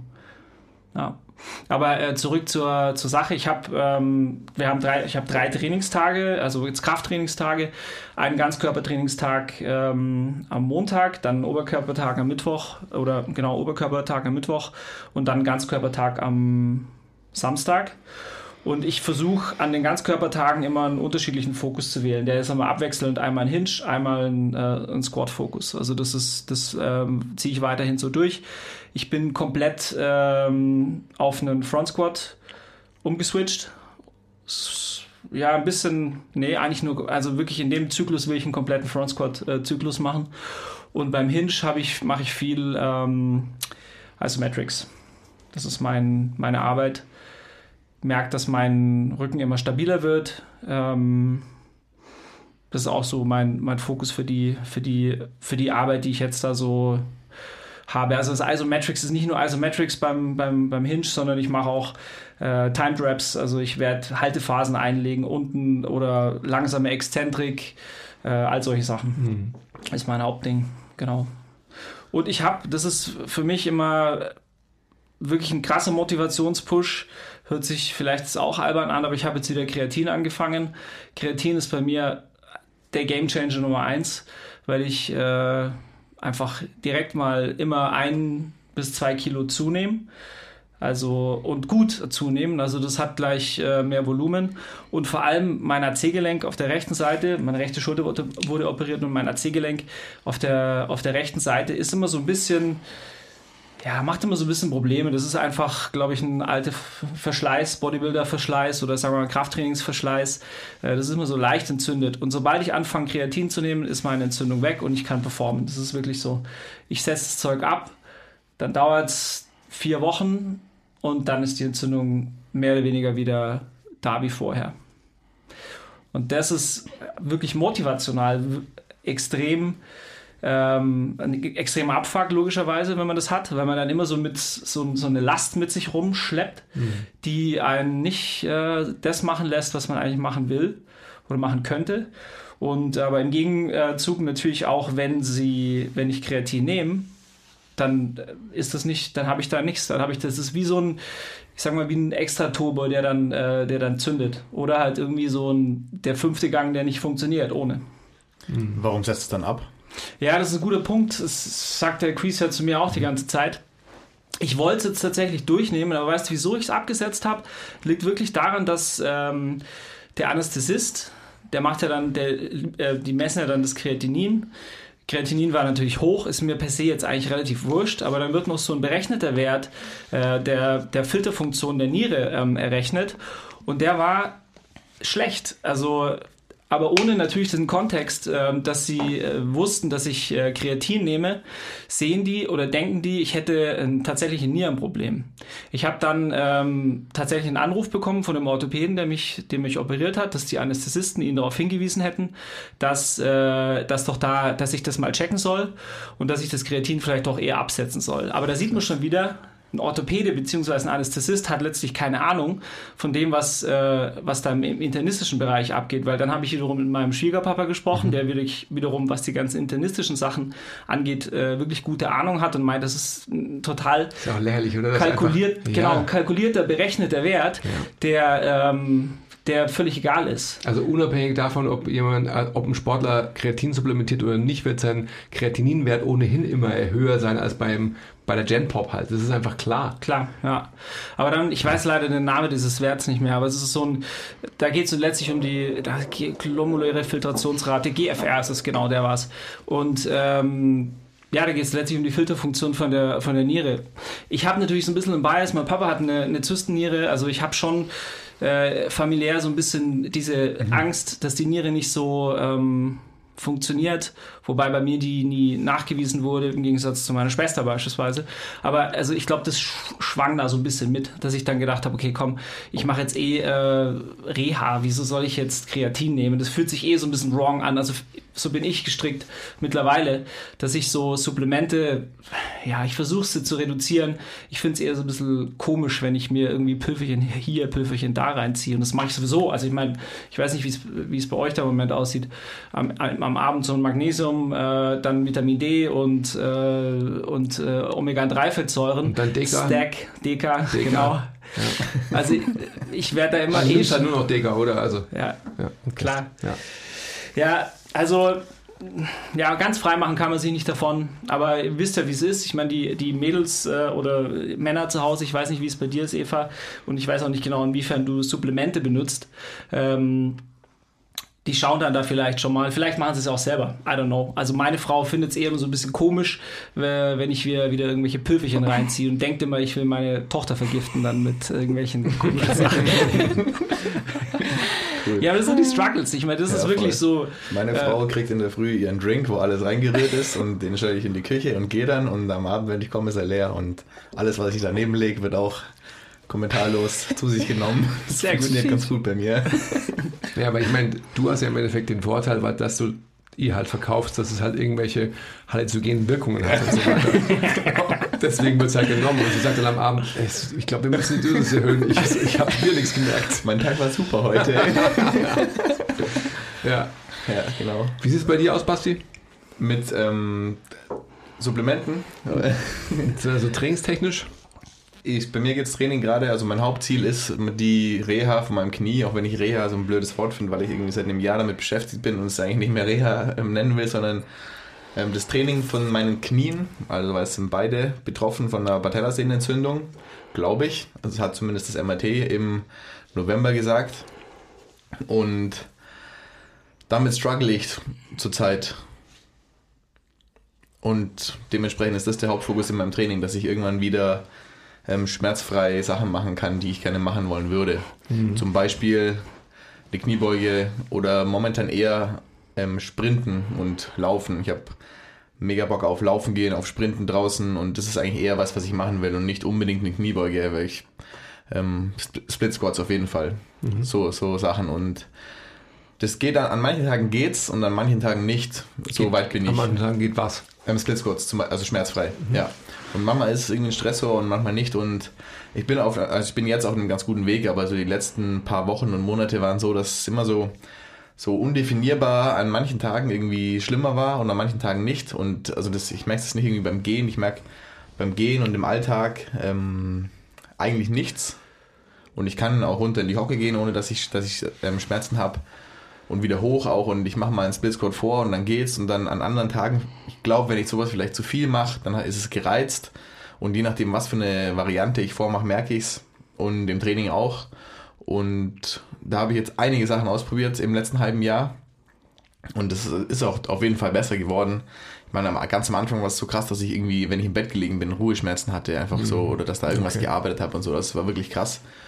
E: Ja. Aber äh, zurück zur, zur Sache. Ich habe ähm, wir haben drei, ich habe drei Trainingstage, also jetzt Krafttrainingstage, einen Ganzkörpertrainingstag ähm, am Montag, dann einen Oberkörpertag am Mittwoch oder genau Oberkörpertag am Mittwoch und dann einen Ganzkörpertag am Samstag. Und ich versuche an den Ganzkörpertagen immer einen unterschiedlichen Fokus zu wählen. Der ist immer abwechselnd, einmal ein Hinge, einmal ein, äh, ein Squat-Fokus. Also das ist, das ähm, ziehe ich weiterhin so durch. Ich bin komplett ähm, auf einen Front Squat umgeswitcht. S- Ja, ein bisschen, nee, eigentlich nur, also wirklich in dem Zyklus will ich einen kompletten Front Squat äh, Zyklus machen. Und beim Hinge habe ich, mache ich viel ähm, Isometrics. Das ist mein, meine Arbeit. Merkt, dass mein Rücken immer stabiler wird. Ähm, das ist auch so mein, mein Fokus für die, für, die, für die Arbeit, die ich jetzt da so habe. Also das Isometrics ist nicht nur Isometrics beim, beim, beim Hinge, sondern ich mache auch äh, Timed Reps. Also ich werde Haltephasen einlegen unten oder langsame Exzentrik, äh, all solche Sachen.
A: Mhm.
E: Das ist mein Hauptding, genau. Und ich habe, das ist für mich immer wirklich ein krasser Motivationspush. Hört sich vielleicht auch albern an, aber ich habe jetzt wieder Kreatin angefangen. Kreatin ist bei mir der Gamechanger Nummer eins, weil ich äh, einfach direkt mal immer ein bis zwei Kilo zunehme. Also und gut zunehmen. Also das hat gleich äh, mehr Volumen. Und vor allem mein A C-Gelenk auf der rechten Seite, meine rechte Schulter wurde, wurde operiert und mein A C-Gelenk auf der, auf der rechten Seite ist immer so ein bisschen... Ja, macht immer so ein bisschen Probleme. Das ist einfach, glaube ich, ein alter Verschleiß, Bodybuilder-Verschleiß oder sagen wir mal Krafttrainingsverschleiß. Das ist immer so leicht entzündet. Und sobald ich anfange, Kreatin zu nehmen, ist meine Entzündung weg und ich kann performen. Das ist wirklich so. Ich setze das Zeug ab, dann dauert es vier Wochen und dann ist die Entzündung mehr oder weniger wieder da wie vorher. Und das ist wirklich motivational extrem Ähm, ein extremer Abfuck logischerweise, wenn man das hat, weil man dann immer so mit so, so eine Last mit sich rumschleppt, mhm. die einen nicht äh, das machen lässt, was man eigentlich machen will oder machen könnte. Und aber im Gegenzug natürlich auch, wenn sie, wenn ich Kreatin nehme, dann ist das nicht, dann habe ich da nichts, dann habe ich das ist wie so ein, ich sag mal wie ein Extra-Turbo, der dann, äh, der dann zündet oder halt irgendwie so ein der fünfte Gang, der nicht funktioniert ohne.
D: Mhm. Warum setzt es dann ab?
E: Ja, das ist ein guter Punkt. Das sagt der Quiz ja zu mir auch die ganze Zeit. Ich wollte es jetzt tatsächlich durchnehmen, aber weißt du, wieso ich es abgesetzt habe? Liegt wirklich daran, dass ähm, der Anästhesist, der macht ja dann, der, äh, die messen ja dann das Kreatinin. Kreatinin war natürlich hoch, ist mir per se jetzt eigentlich relativ wurscht, aber dann wird noch so ein berechneter Wert äh, der, der Filterfunktion der Niere ähm, errechnet und der war schlecht. Also, aber ohne natürlich den Kontext, äh, dass sie äh, wussten, dass ich äh, Kreatin nehme, sehen die oder denken die, ich hätte äh, tatsächlich ein Nierenproblem. Ich habe dann ähm, tatsächlich einen Anruf bekommen von einem Orthopäden, der mich, der mich operiert hat, dass die Anästhesisten ihn darauf hingewiesen hätten, dass, äh, dass doch da, dass ich das mal checken soll und dass ich das Kreatin vielleicht doch eher absetzen soll. Aber da sieht man schon wieder, ein Orthopäde bzw. ein Anästhesist hat letztlich keine Ahnung von dem, was, äh, was da im internistischen Bereich abgeht, weil dann habe ich wiederum mit meinem Schwiegerpapa gesprochen, mhm. der wirklich, wiederum, was die ganzen internistischen Sachen angeht, äh, wirklich gute Ahnung hat und meint, das ist ein total
A: ist auch lächerlich, oder?
E: kalkuliert,
A: einfach,
E: genau,
A: ja.
E: kalkulierter, berechneter Wert, ja. der ähm, der völlig egal ist.
A: Also unabhängig davon, ob jemand, ob ein Sportler Kreatin supplementiert oder nicht, wird sein Kreatininwert ohnehin immer höher sein als beim bei der Gen-Pop halt. Das ist einfach klar.
E: Klar, ja. Aber dann, ich weiß leider den Namen dieses Werts nicht mehr, aber es ist so ein, da geht es letztlich um die glomeruläre Filtrationsrate, G F R ist es genau, der war's. Und ähm, ja, da geht es letztlich um die Filterfunktion von der, von der Niere. Ich habe natürlich so ein bisschen einen Bias, mein Papa hat eine, eine Zystenniere, also ich habe schon äh, familiär so ein bisschen diese mhm. Angst, dass die Niere nicht so ähm, funktioniert, wobei bei mir die nie nachgewiesen wurde, im Gegensatz zu meiner Schwester beispielsweise. Aber also ich glaube, das schwang da so ein bisschen mit, dass ich dann gedacht habe, okay, komm, ich mache jetzt eh äh, Reha, wieso soll ich jetzt Kreatin nehmen? Das fühlt sich eh so ein bisschen wrong an, also so bin ich gestrickt mittlerweile, dass ich so Supplemente, ja, ich versuche sie zu reduzieren. Ich finde es eher so ein bisschen komisch, wenn ich mir irgendwie Pülferchen hier, Pülferchen da reinziehe. Und das mache ich sowieso. Also ich meine, ich weiß nicht, wie es bei euch da im Moment aussieht. Am, am Abend so ein Magnesium, äh, dann Vitamin D und, äh, und äh, Omega drei Fettsäuren.
A: Und dann Deka.
E: Stack, Deka, Deka. Genau. Ja. Also ich, ich werde da immer
A: also
E: eh...
A: nimmst halt nur noch Deka, oder? Also,
E: ja,
A: ja okay.
E: Klar.
A: Ja.
E: Ja, also, ja, ganz frei machen kann man sich nicht davon, aber ihr wisst ja, wie es ist. Ich meine, die, die Mädels äh, oder Männer zu Hause, ich weiß nicht, wie es bei dir ist, Eva, und ich weiß auch nicht genau, inwiefern du Supplemente benutzt. Ähm, die schauen dann da vielleicht schon mal, vielleicht machen sie es auch selber, I don't know. Also meine Frau findet es eher so ein bisschen komisch, wenn ich wieder, wieder irgendwelche Pülferchen reinziehe und denkt immer, ich will meine Tochter vergiften dann mit irgendwelchen komischen Sachen. Cool. Ja, aber das sind die Struggles. Ich meine, das ja, ist wirklich voll. so...
D: Meine äh, Frau kriegt in der Früh ihren Drink, wo alles reingerührt ist und den stelle ich in die Küche und gehe dann und am Abend, wenn ich komme, ist er leer und alles, was ich daneben lege, wird auch kommentarlos zu sich genommen. Das
E: Sehr
D: funktioniert
E: gut.
D: ganz gut bei mir.
A: Ja, aber ich meine, du hast ja im Endeffekt den Vorteil, weil dass du ihr halt verkaufst, dass es halt irgendwelche halluzogenen Wirkungen hat und so weiter. Deswegen wird es halt genommen und sie sagt dann am Abend, ich glaube, wir müssen die Dosis erhöhen. Ich, ich habe mir nichts gemerkt.
D: Mein Tag war super heute.
A: Ja.
D: Ja, genau.
A: Wie sieht es bei dir aus, Basti?
D: Mit ähm, Supplementen?
A: So, so trainingstechnisch?
D: Ich, bei mir geht es Training gerade, also mein Hauptziel ist die Reha von meinem Knie, auch wenn ich Reha so ein blödes Wort finde, weil ich irgendwie seit einem Jahr damit beschäftigt bin und es eigentlich nicht mehr Reha ähm, nennen will, sondern ähm, das Training von meinen Knien, also weil es sind beide betroffen von einer Patellasehnenentzündung, glaube ich. Also das hat zumindest das M R T im November gesagt. Und damit struggle ich zurzeit. Und dementsprechend ist das der Hauptfokus in meinem Training, dass ich irgendwann wieder ähm, schmerzfrei Sachen machen kann, die ich gerne machen wollen würde. Mhm. Zum Beispiel eine Kniebeuge oder momentan eher ähm, Sprinten und Laufen. Ich habe mega Bock auf Laufen gehen, auf Sprinten draußen und das ist eigentlich eher was, was ich machen will und nicht unbedingt eine Kniebeuge, weil ich ähm, Split Squats auf jeden Fall. Mhm. So, so Sachen und das geht an, an manchen Tagen geht's und an manchen Tagen nicht. So
A: geht,
D: weit bin ich.
A: An manchen Tagen geht was?
D: Ähm, Split Squats, zum, also schmerzfrei, mhm. ja. Und manchmal ist es irgendwie ein Stressor und manchmal nicht und ich bin auf, also ich bin jetzt auf einem ganz guten Weg, aber so die letzten paar Wochen und Monate waren so, dass es immer so, so undefinierbar an manchen Tagen irgendwie schlimmer war und an manchen Tagen nicht und also das, ich merke das nicht irgendwie beim Gehen, ich merke beim Gehen und im Alltag ähm, eigentlich nichts und ich kann auch runter in die Hocke gehen, ohne dass ich, dass ich ähm, Schmerzen habe. Und wieder hoch auch und ich mache mal einen Split Squat vor und dann geht's und dann an anderen Tagen, ich glaube, wenn ich sowas vielleicht zu viel mache, dann ist es gereizt und je nachdem, was für eine Variante ich vormache, merke ich es und im Training auch und da habe ich jetzt einige Sachen ausprobiert im letzten halben Jahr und das ist auch auf jeden Fall besser geworden. Ich meine, ganz am Anfang war es so krass, dass ich irgendwie, wenn ich im Bett gelegen bin, Ruheschmerzen hatte, einfach mhm. so oder dass da irgendwas okay. gearbeitet habe und so, das war wirklich krass.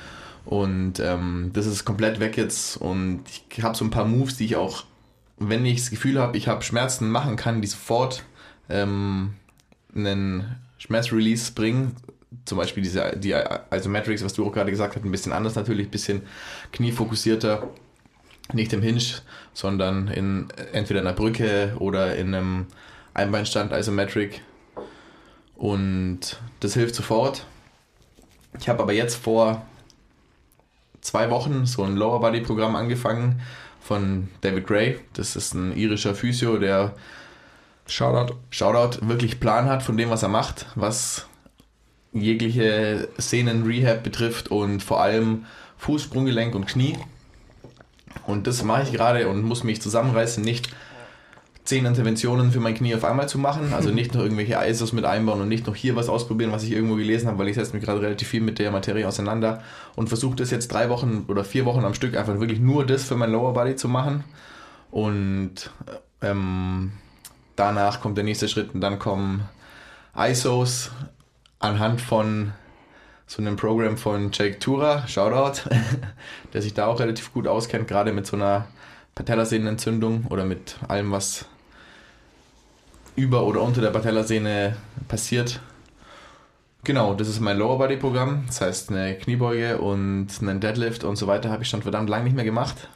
D: Und ähm, das ist komplett weg jetzt und ich habe so ein paar Moves, die ich auch, wenn ich das Gefühl habe, ich habe Schmerzen machen kann, die sofort ähm, einen Schmerzrelease bringen. Zum Beispiel diese die Isometrics, was du auch gerade gesagt hast, ein bisschen anders natürlich, ein bisschen kniefokussierter, nicht im Hinge, sondern in entweder einer Brücke oder in einem Einbeinstand Isometric. Und das hilft sofort. Ich habe aber jetzt vor zwei Wochen so ein Lower Body Programm angefangen von David Gray. Das ist ein irischer Physio, der
A: Shoutout.
D: Shoutout wirklich Plan hat von dem, was er macht, was jegliche Sehnen-Rehab betrifft und vor allem Fuß, Sprunggelenk und Knie. Und das mache ich gerade und muss mich zusammenreißen, nicht zehn Interventionen für mein Knie auf einmal zu machen, also nicht noch irgendwelche I S Os mit einbauen und nicht noch hier was ausprobieren, was ich irgendwo gelesen habe, weil ich setze mich gerade relativ viel mit der Materie auseinander und versuche das jetzt drei Wochen oder vier Wochen am Stück einfach wirklich nur das für mein Lower Body zu machen und ähm, danach kommt der nächste Schritt und dann kommen I S Os anhand von so einem Programm von Jake Tura, Shoutout, der sich da auch relativ gut auskennt, gerade mit so einer Patellasehnenentzündung oder mit allem, was über oder unter der Patellasehne passiert. Genau, das ist mein Lower Body Programm, das heißt eine Kniebeuge und einen Deadlift und so weiter habe ich schon verdammt lang nicht mehr gemacht.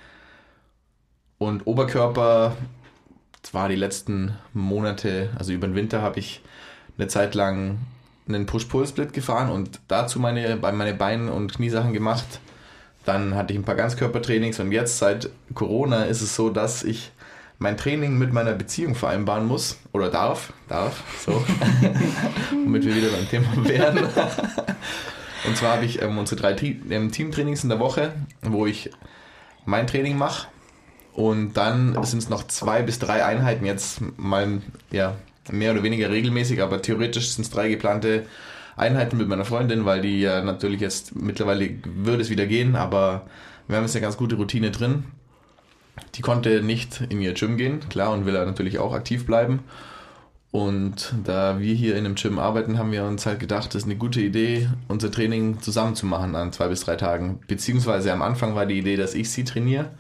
D: Und Oberkörper, das war die letzten Monate, also über den Winter habe ich eine Zeit lang einen Push-Pull-Split gefahren und dazu meine, meine Bein- und Kniesachen gemacht. Dann hatte ich ein paar Ganzkörpertrainings und jetzt seit Corona ist es so, dass ich mein Training mit meiner Beziehung vereinbaren muss oder darf, darf, so, womit wir wieder beim Thema werden. Und zwar habe ich ähm, unsere drei ähm, Teamtrainings in der Woche, wo ich mein Training mache und dann sind es noch zwei bis drei Einheiten jetzt mal, ja, mehr oder weniger regelmäßig, aber theoretisch sind es drei geplante Einheiten mit meiner Freundin, weil die ja natürlich jetzt mittlerweile würde es wieder gehen, aber wir haben jetzt eine ganz gute Routine drin. Die konnte nicht in ihr Gym gehen, klar, und will ja natürlich auch aktiv bleiben. Und da wir hier in einem Gym arbeiten, haben wir uns halt gedacht, das ist eine gute Idee, unser Training zusammen zu machen an zwei bis drei Tagen. Beziehungsweise am Anfang war die Idee, dass ich sie trainiere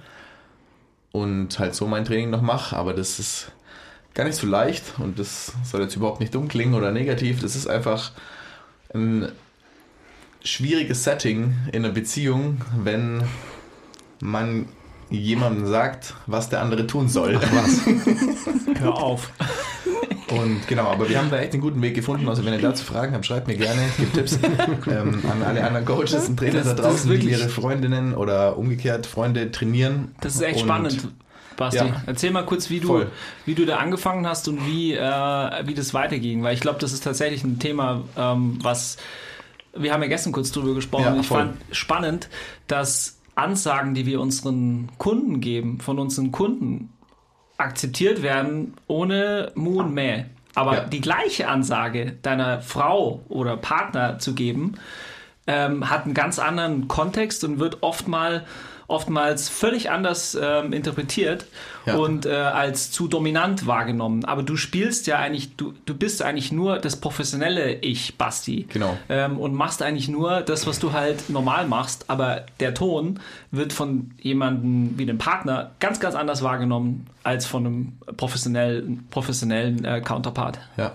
D: und halt so mein Training noch mache, aber das ist gar nicht so leicht und das soll jetzt überhaupt nicht dumm klingen oder negativ. Das ist einfach ein schwieriges Setting in einer Beziehung, wenn man jemandem sagt, was der andere tun soll. Was?
E: Hör auf.
D: Und genau, aber wir haben da echt einen guten Weg gefunden. Also wenn ihr dazu Fragen habt, schreibt mir gerne, gebt Tipps ähm, an alle anderen Coaches und Trainer da draußen, die ihre Freundinnen oder umgekehrt Freunde trainieren.
E: Das ist echt und spannend. Basti, ja. Erzähl mal kurz, wie du, wie du da angefangen hast und wie, äh, wie das weiterging, weil ich glaube, das ist tatsächlich ein Thema, ähm, was, wir haben ja gestern kurz drüber gesprochen, ja, und ich voll. fand spannend, dass Ansagen, die wir unseren Kunden geben, von unseren Kunden akzeptiert werden, ohne Mu und Mäh. Aber ja. die gleiche Ansage deiner Frau oder Partner zu geben, ähm, hat einen ganz anderen Kontext und wird oftmals oftmals völlig anders ähm, interpretiert ja. und äh, als zu dominant wahrgenommen. Aber du spielst ja eigentlich, du, du bist eigentlich nur das professionelle Ich, Basti.
D: Genau.
E: Ähm, und machst eigentlich nur das, was du halt normal machst. Aber der Ton wird von jemandem wie dem Partner ganz, ganz anders wahrgenommen als von einem professionellen, professionellen äh, Counterpart.
D: Ja.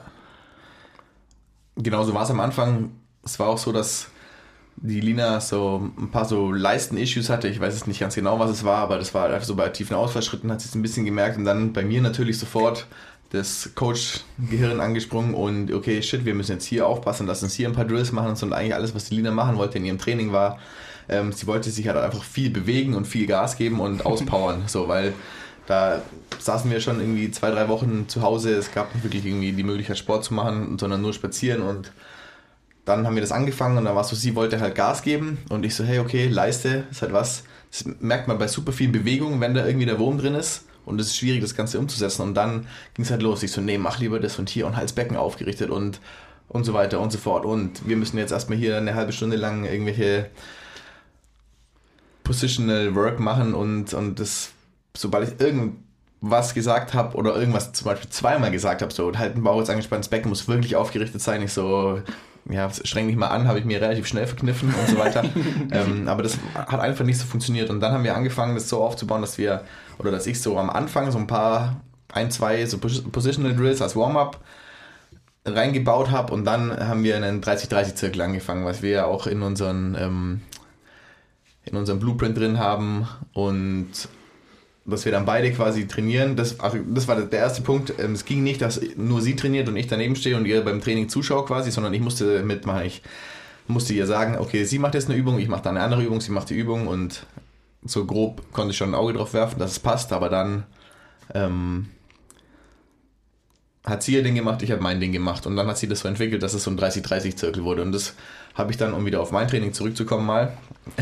D: Genauso war es am Anfang. Es war auch so, dass die Lina so ein paar so Leisten-Issues hatte. Ich weiß jetzt nicht ganz genau, was es war, aber das war einfach so bei tiefen Ausfallschritten, hat sie es ein bisschen gemerkt und dann bei mir natürlich sofort das Coach-Gehirn angesprungen und okay, shit, wir müssen jetzt hier aufpassen, lass uns hier ein paar Drills machen und so und eigentlich alles, was die Lina machen wollte in ihrem Training war, ähm, sie wollte sich halt einfach viel bewegen und viel Gas geben und auspowern, so, weil da saßen wir schon irgendwie zwei, drei Wochen zu Hause, es gab nicht wirklich irgendwie die Möglichkeit Sport zu machen, sondern nur spazieren und dann haben wir das angefangen und dann war es so, sie wollte halt Gas geben und ich so, hey, okay, Leiste ist halt was, das merkt man bei super vielen Bewegungen, wenn da irgendwie der Wurm drin ist und es ist schwierig, das Ganze umzusetzen und dann ging es halt los, ich so, nee, mach lieber das und hier und Halsbecken aufgerichtet und und so weiter und so fort und wir müssen jetzt erstmal hier eine halbe Stunde lang irgendwelche Positional Work machen und, und das, sobald ich irgendwas gesagt habe oder irgendwas zum Beispiel zweimal gesagt habe, so, halt ein Bauch jetzt angespannt, das Becken muss wirklich aufgerichtet sein, ich so, ja, streng mich mal an, habe ich mir relativ schnell verkniffen und so weiter. ähm, aber das hat einfach nicht so funktioniert. Und dann haben wir angefangen, das so aufzubauen, dass wir, oder dass ich so am Anfang so ein paar, ein, zwei so Positional Drills als Warm-up reingebaut habe und dann haben wir einen dreißig dreißig Zirkel angefangen, was wir ja auch in unseren ähm, in unserem Blueprint drin haben und dass wir dann beide quasi trainieren. Das, also das war der erste Punkt. Es ging nicht, dass nur sie trainiert und ich daneben stehe und ihr beim Training zuschaue quasi, sondern ich musste mitmachen. Ich musste ihr sagen, okay, sie macht jetzt eine Übung, ich mache dann eine andere Übung, sie macht die Übung und so grob konnte ich schon ein Auge drauf werfen, dass es passt, aber dann ähm, hat sie ihr Ding gemacht, ich habe mein Ding gemacht und dann hat sie das so entwickelt, dass es so ein dreißig dreißig Zirkel wurde und das habe ich dann, um wieder auf mein Training zurückzukommen mal,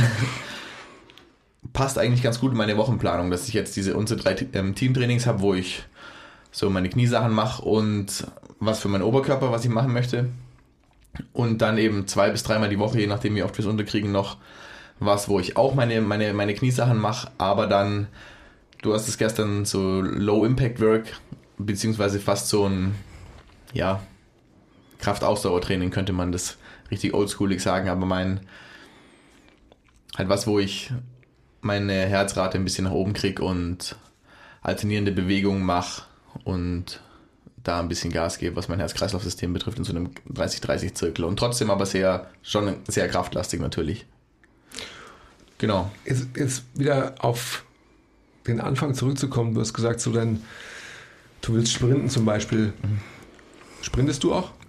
D: passt eigentlich ganz gut in meine Wochenplanung, dass ich jetzt diese unsere drei ähm, Teamtrainings habe, wo ich so meine Kniesachen mache und was für meinen Oberkörper, was ich machen möchte und dann eben zwei bis dreimal die Woche, je nachdem wie oft wir es unterkriegen, noch was, wo ich auch meine, meine, meine Kniesachen mache, aber dann, du hast es gestern so Low-Impact-Work beziehungsweise fast so ein, ja, Kraftausdauertraining könnte man das richtig oldschoolig sagen, aber mein, halt was, wo ich meine Herzrate ein bisschen nach oben kriege und alternierende Bewegungen mache und da ein bisschen Gas gebe, was mein Herz-Kreislauf-System betrifft, in so einem dreißig dreißig Zirkel und trotzdem aber sehr, schon sehr kraftlastig natürlich. Genau.
A: Jetzt, jetzt wieder auf den Anfang zurückzukommen, du hast gesagt, so dein du willst sprinten zum Beispiel. Sprintest du auch?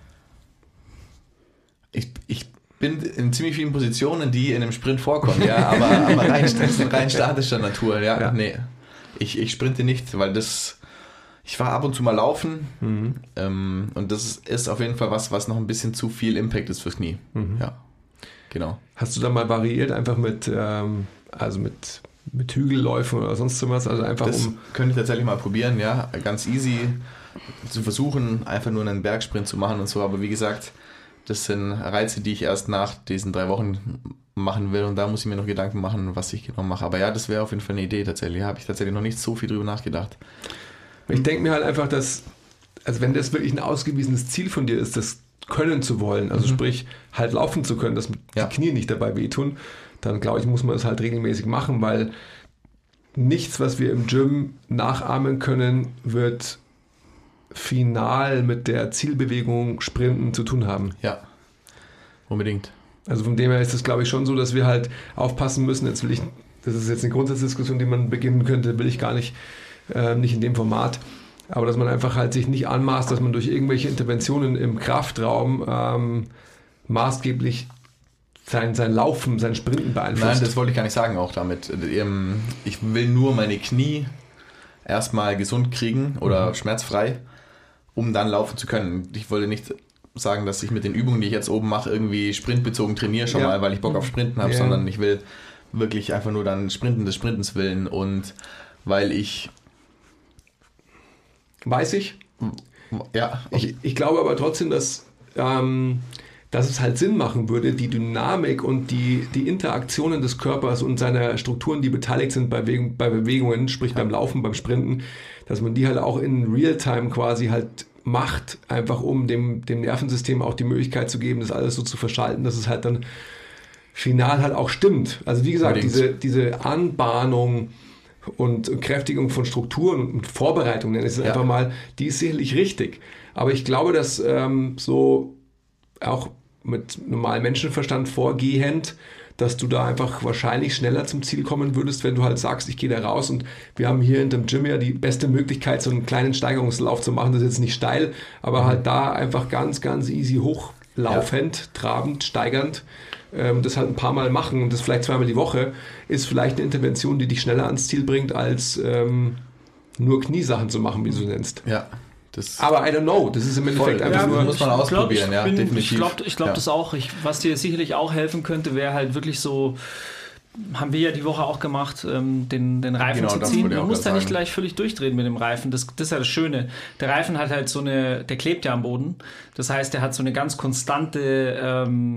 D: Ich, ich bin in ziemlich vielen Positionen, die in einem Sprint vorkommen, ja, aber, aber rein, rein statischer Natur, ja, ja. nee. Ich, ich sprinte nicht, weil das, ich war ab und zu mal laufen mhm. ähm, und das ist auf jeden Fall was, was noch ein bisschen zu viel Impact ist fürs Knie. Mhm. Ja, genau.
A: Hast du da mal variiert, einfach mit, ähm, also mit mit Hügelläufen oder sonst was, also einfach
D: das
A: um...
D: könnte ich tatsächlich mal probieren, ja, ganz easy zu versuchen, einfach nur einen Bergsprint zu machen und so, aber wie gesagt, das sind Reize, die ich erst nach diesen drei Wochen machen will und da muss ich mir noch Gedanken machen, was ich genau mache, aber ja, das wäre auf jeden Fall eine Idee tatsächlich, da habe ich tatsächlich noch nicht so viel drüber nachgedacht.
A: Ich denke mir halt einfach, dass, also wenn das wirklich ein ausgewiesenes Ziel von dir ist, das können zu wollen, also mhm. sprich, halt laufen zu können, dass ja. die Knie nicht dabei wehtun, dann glaube ich, muss man das halt regelmäßig machen, weil nichts, was wir im Gym nachahmen können, wird final mit der Zielbewegung Sprinten zu tun haben.
D: Ja, unbedingt.
A: Also von dem her ist es, glaube ich, schon so, dass wir halt aufpassen müssen. Jetzt will ich, das ist jetzt eine Grundsatzdiskussion, die man beginnen könnte, will ich gar nicht, äh, nicht in dem Format. Aber dass man einfach halt sich nicht anmaßt, dass man durch irgendwelche Interventionen im Kraftraum ähm, maßgeblich sein, sein Laufen, sein Sprinten beeinflusst.
D: Nein, das wollte ich gar nicht sagen auch damit. Ich will nur meine Knie erstmal gesund kriegen oder mhm. schmerzfrei, um dann laufen zu können. Ich wollte nicht sagen, dass ich mit den Übungen, die ich jetzt oben mache, irgendwie sprintbezogen trainiere schon ja. mal, weil ich Bock auf Sprinten habe, ja. sondern ich will wirklich einfach nur dann Sprinten des Sprintens willen und weil ich...
A: Weiß ich.
D: Ja.
A: Ich, ich glaube aber trotzdem, dass... Ähm, dass es halt Sinn machen würde, die Dynamik und die, die Interaktionen des Körpers und seiner Strukturen, die beteiligt sind bei, Bewegung, bei Bewegungen, sprich ja. beim Laufen, beim Sprinten, dass man die halt auch in Realtime quasi halt macht, einfach um dem, dem Nervensystem auch die Möglichkeit zu geben, das alles so zu verschalten, dass es halt dann final halt auch stimmt. Also wie gesagt, diese, diese Anbahnung und Kräftigung von Strukturen und Vorbereitung, nenne ich es ja. einfach mal, die ist sicherlich richtig. Aber ich glaube, dass ähm, so auch mit normalem Menschenverstand vorgehend, dass du da einfach wahrscheinlich schneller zum Ziel kommen würdest, wenn du halt sagst, ich gehe da raus und wir haben hier in dem Gym ja die beste Möglichkeit, so einen kleinen Steigerungslauf zu machen. Das ist jetzt nicht steil, aber halt da einfach ganz, ganz easy hochlaufend, ja. trabend, steigernd, ähm, das halt ein paar Mal machen und das vielleicht zweimal die Woche, ist vielleicht eine Intervention, die dich schneller ans Ziel bringt, als ähm, nur Kniesachen zu machen, wie du es nennst.
D: Ja.
A: Das aber I don't know, das ist im Endeffekt
D: voll,
A: einfach
D: ja,
A: nur...
D: muss man ausprobieren,
E: ich glaub, ich
D: ja,
E: bin,
D: definitiv.
E: Ich glaube ich glaub
D: ja.
E: das auch. Ich, was dir sicherlich auch helfen könnte, wäre halt wirklich so, haben wir ja die Woche auch gemacht, ähm, den, den Reifen
D: genau,
E: zu ziehen.
D: Du
E: musst da nicht gleich völlig durchdrehen mit dem Reifen. Das, das ist ja das Schöne. Der Reifen hat halt so eine, der klebt ja am Boden. Das heißt, der hat so eine ganz konstante ähm,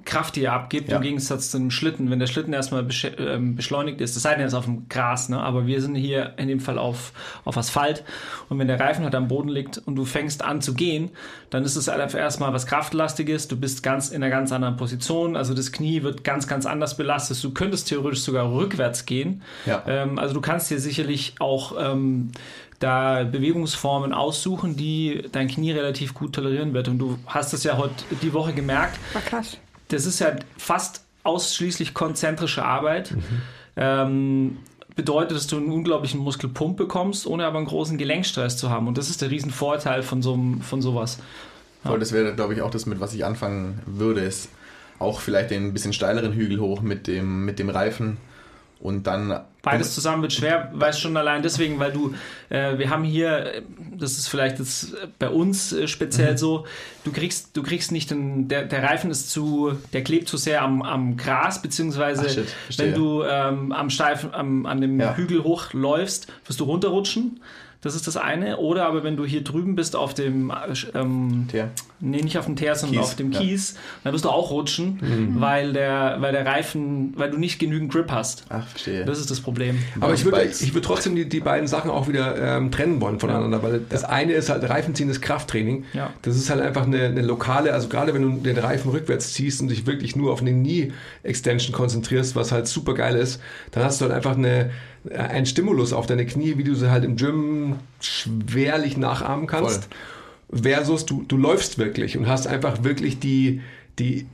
E: Kraft, die er abgibt,
D: Ja.
E: im Gegensatz zu einem Schlitten. Wenn der Schlitten erstmal besch- ähm, beschleunigt ist, das sei denn, er ist auf dem Gras, ne? Aber wir sind hier in dem Fall auf, auf Asphalt. Und wenn der Reifen halt am Boden liegt und du fängst an zu gehen, dann ist es halt erstmal was Kraftlastiges. Du bist ganz in einer ganz anderen Position. Also das Knie wird ganz, ganz anders belastet. Du könntest theoretisch sogar rückwärts gehen.
D: Ja.
E: Ähm, also du kannst dir sicherlich auch ähm, da Bewegungsformen aussuchen, die dein Knie relativ gut tolerieren wird. Und du hast es ja heute die Woche gemerkt.
C: War krass.
E: Das ist ja fast ausschließlich konzentrische Arbeit. Mhm. Ähm, bedeutet, dass du einen unglaublichen Muskelpump bekommst, ohne aber einen großen Gelenkstress zu haben. Und das ist der Riesenvorteil von, so, von sowas.
D: Voll, das wäre, glaube ich, auch das, mit was ich anfangen würde, ist auch vielleicht den ein bisschen steileren Hügel hoch mit dem, mit dem Reifen und dann...
E: Beides zusammen wird schwer, weißt schon allein deswegen, weil du, äh, wir haben hier, das ist vielleicht jetzt bei uns äh, speziell mhm. so, du kriegst, du kriegst nicht den, der, der Reifen ist zu, der klebt zu sehr am, am Gras, beziehungsweise
D: Ach, shit,
E: wenn du ähm, am Steifen, am, an dem
D: ja.
E: Hügel hochläufst, wirst du runterrutschen. Das ist das eine. Oder aber wenn du hier drüben bist auf dem ähm,
D: Teer.
E: Nee, nicht auf dem Teer, sondern
D: Kies,
E: auf dem
D: ja.
E: Kies, dann wirst du auch rutschen,
A: Mhm.
E: weil, der, weil der Reifen, weil du nicht genügend Grip hast.
D: Ach, verstehe.
E: Das ist das Problem.
A: Aber ich würde
D: Bikes.
A: ich würd trotzdem die, die beiden Sachen auch wieder ähm, trennen wollen voneinander, weil das eine ist halt reifenziehendes Krafttraining.
E: Ja.
A: Das ist halt einfach eine, eine lokale, also gerade wenn du den Reifen rückwärts ziehst und dich wirklich nur auf eine Knee-Extension konzentrierst, was halt super geil ist, dann hast du halt einfach eine, einen Stimulus auf deine Knie, wie du sie halt im Gym schwerlich nachahmen kannst.
D: Voll.
A: Versus du, du läufst wirklich und hast einfach wirklich die, die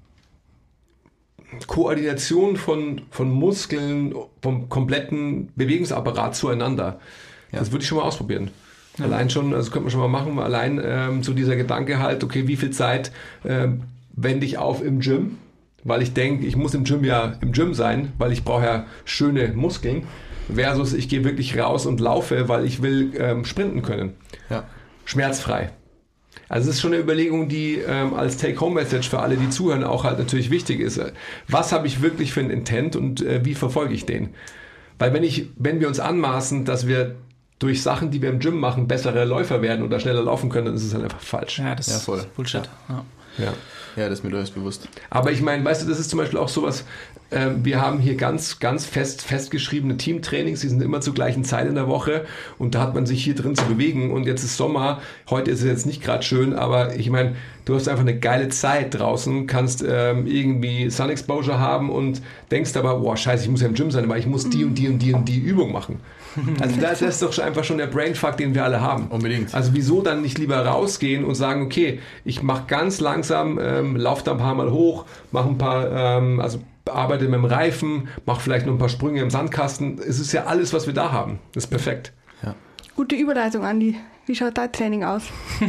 A: Koordination von, von Muskeln, vom kompletten Bewegungsapparat zueinander.
D: Ja.
A: Das würde ich schon mal ausprobieren. Ja. Allein schon, also könnte man schon mal machen, allein ähm, so dieser Gedanke halt, okay, wie viel Zeit ähm, wende ich auf im Gym? Weil ich denke, ich muss im Gym ja im Gym sein, weil ich brauche ja schöne Muskeln. Versus ich gehe wirklich raus und laufe, weil ich will ähm, sprinten können.
D: Ja.
A: Schmerzfrei. Also es ist schon eine Überlegung, die ähm, als Take-Home-Message für alle, die zuhören, auch halt natürlich wichtig ist. Was habe ich wirklich für einen Intent und äh, wie verfolge ich den? Weil wenn ich, wenn wir uns anmaßen, dass wir durch Sachen, die wir im Gym machen, bessere Läufer werden oder schneller laufen können, dann ist es halt einfach falsch.
E: Ja, das
D: Ja, voll.
E: ist Bullshit. Ja.
A: Ja.
D: Ja, das ist mir durchaus bewusst.
A: Aber ich meine, weißt du, das ist zum Beispiel auch sowas, äh, wir haben hier ganz, ganz fest festgeschriebene Teamtrainings, die sind immer zur gleichen Zeit in der Woche und da hat man sich hier drin zu bewegen und jetzt ist Sommer, heute ist es jetzt nicht gerade schön, aber ich meine, du hast einfach eine geile Zeit draußen, kannst ähm, irgendwie Sun Exposure haben und denkst aber, boah, scheiße, ich muss ja im Gym sein, weil ich muss die und die und die und die Übung machen. Also das ist doch schon einfach schon der Brainfuck, den wir alle haben.
D: Unbedingt.
A: Also wieso dann nicht lieber rausgehen und sagen, okay, ich mache ganz langsam, ähm, laufe da ein paar Mal hoch, mache ein paar, ähm, also arbeite mit dem Reifen, mache vielleicht noch ein paar Sprünge im Sandkasten. Es ist ja alles, was wir da haben. Das ist perfekt.
D: Ja.
C: Gute Überleitung, Andi. Wie schaut dein Training aus?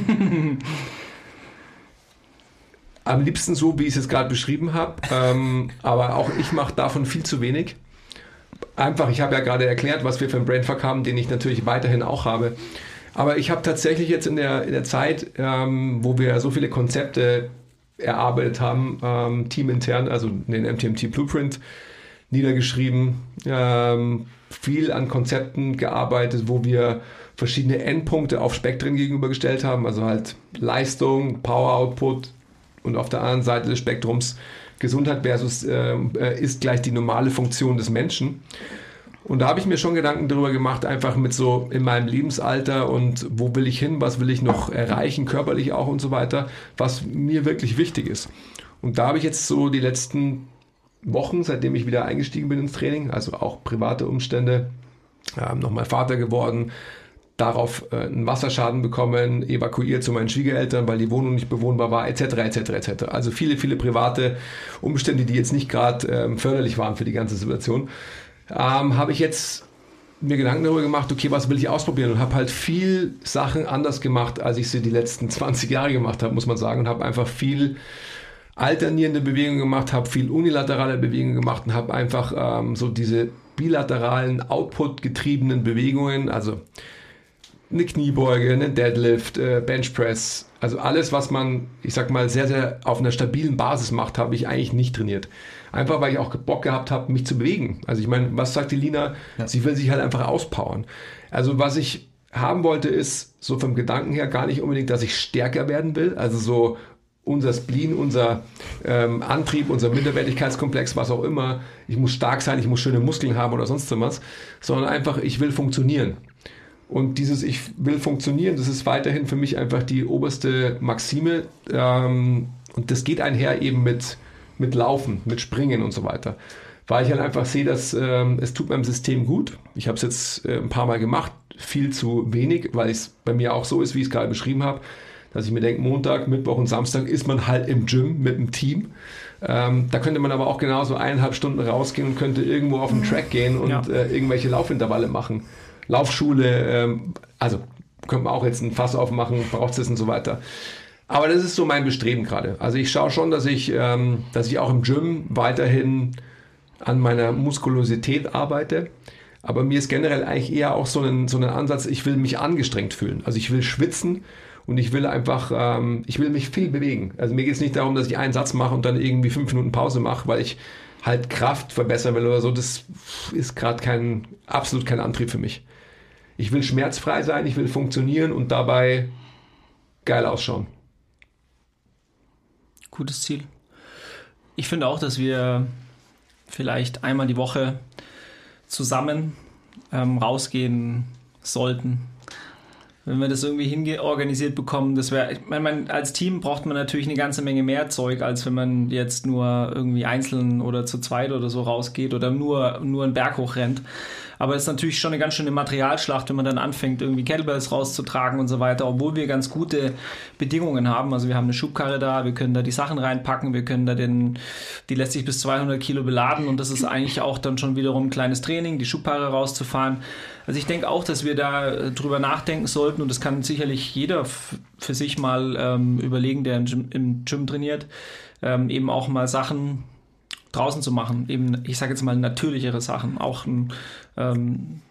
A: Am liebsten so, wie ich es jetzt gerade beschrieben habe. Ähm, aber auch ich mache davon viel zu wenig. Einfach, ich habe ja gerade erklärt, was wir für einen Brainfuck haben, den ich natürlich weiterhin auch habe. Aber ich habe tatsächlich jetzt in der, in der Zeit, ähm, wo wir so viele Konzepte erarbeitet haben, ähm, teamintern, also den M T M T Blueprint niedergeschrieben, ähm, viel an Konzepten gearbeitet, wo wir verschiedene Endpunkte auf Spektren gegenübergestellt haben, also halt Leistung, Power Output und auf der anderen Seite des Spektrums Gesundheit versus äh, ist gleich die normale Funktion des Menschen. Und da habe ich mir schon Gedanken darüber gemacht, einfach mit so in meinem Lebensalter und wo will ich hin, was will ich noch erreichen, körperlich auch und so weiter, was mir wirklich wichtig ist. Und da habe ich jetzt so die letzten Wochen, seitdem ich wieder eingestiegen bin ins Training, also auch private Umstände, äh, nochmal Vater geworden, darauf äh, einen Wasserschaden bekommen, evakuiert zu meinen Schwiegereltern, weil die Wohnung nicht bewohnbar war, et cetera, et cetera, et cetera. Also viele, viele private Umstände, die jetzt nicht gerade ähm, förderlich waren für die ganze Situation. Ähm, habe ich jetzt mir Gedanken darüber gemacht, okay, was will ich ausprobieren und habe halt viel Sachen anders gemacht, als ich sie die letzten zwanzig Jahre gemacht habe, muss man sagen, und habe einfach viel alternierende Bewegungen gemacht, habe viel unilaterale Bewegungen gemacht und habe einfach ähm, so diese bilateralen, output-getriebenen Bewegungen, also eine Kniebeuge, eine Deadlift, äh, Benchpress, also alles, was man, ich sag mal, sehr, sehr auf einer stabilen Basis macht, habe ich eigentlich nicht trainiert. Einfach, weil ich auch Bock gehabt habe, mich zu bewegen. Also ich meine, was sagt die Lina? Ja. Sie will sich halt einfach auspowern. Also was ich haben wollte, ist so vom Gedanken her gar nicht unbedingt, dass ich stärker werden will, also so unser Spleen, unser ähm, Antrieb, unser Minderwertigkeitskomplex, was auch immer, ich muss stark sein, ich muss schöne Muskeln haben oder sonst was, sondern einfach, ich will funktionieren. Und dieses Ich will funktionieren, das ist weiterhin für mich einfach die oberste Maxime. Ähm, und das geht einher eben mit, mit Laufen, mit Springen und so weiter. Weil ich halt einfach sehe, dass ähm, es tut meinem System gut. Ich habe es jetzt äh, ein paar Mal gemacht, viel zu wenig, weil es bei mir auch so ist, wie ich es gerade beschrieben habe, dass ich mir denke, Montag, Mittwoch und Samstag ist man halt im Gym mit dem Team. Ähm, da könnte man aber auch genauso eineinhalb Stunden rausgehen und könnte irgendwo auf den Track gehen und ja. äh, irgendwelche Laufintervalle machen. Laufschule, ähm, also könnte man auch jetzt ein Fass aufmachen, braucht es und so weiter. Aber das ist so mein Bestreben gerade. Also ich schaue schon, dass ich, ähm, dass ich auch im Gym weiterhin an meiner Muskulosität arbeite. Aber mir ist generell eigentlich eher auch so ein, so ein Ansatz, ich will mich angestrengt fühlen. Also ich will schwitzen. Und ich will einfach, ähm, ich will mich viel bewegen. Also mir geht es nicht darum, dass ich einen Satz mache und dann irgendwie fünf Minuten Pause mache, weil ich halt Kraft verbessern will oder so. Das ist gerade kein, absolut kein Antrieb für mich. Ich will schmerzfrei sein, ich will funktionieren und dabei geil ausschauen.
E: Gutes Ziel. Ich finde auch, dass wir vielleicht einmal die Woche zusammen ähm, rausgehen sollten. Wenn wir das irgendwie hingeorganisiert bekommen, das wäre, ich meine, als Team braucht man natürlich eine ganze Menge mehr Zeug, als wenn man jetzt nur irgendwie einzeln oder zu zweit oder so rausgeht oder nur, nur einen Berg hochrennt. Aber es ist natürlich schon eine ganz schöne Materialschlacht, wenn man dann anfängt, irgendwie Kettlebells rauszutragen und so weiter, obwohl wir ganz gute Bedingungen haben. Also wir haben eine Schubkarre da, wir können da die Sachen reinpacken, wir können da den, die lässt sich bis zweihundert Kilo beladen und das ist eigentlich auch dann schon wiederum ein kleines Training, die Schubkarre rauszufahren. Also ich denke auch, dass wir da drüber nachdenken sollten und das kann sicherlich jeder f- für sich mal ähm, überlegen, der im Gym, im Gym trainiert, ähm, eben auch mal Sachen draußen zu machen, eben, ich sage jetzt mal natürlichere Sachen, auch ein, ähm,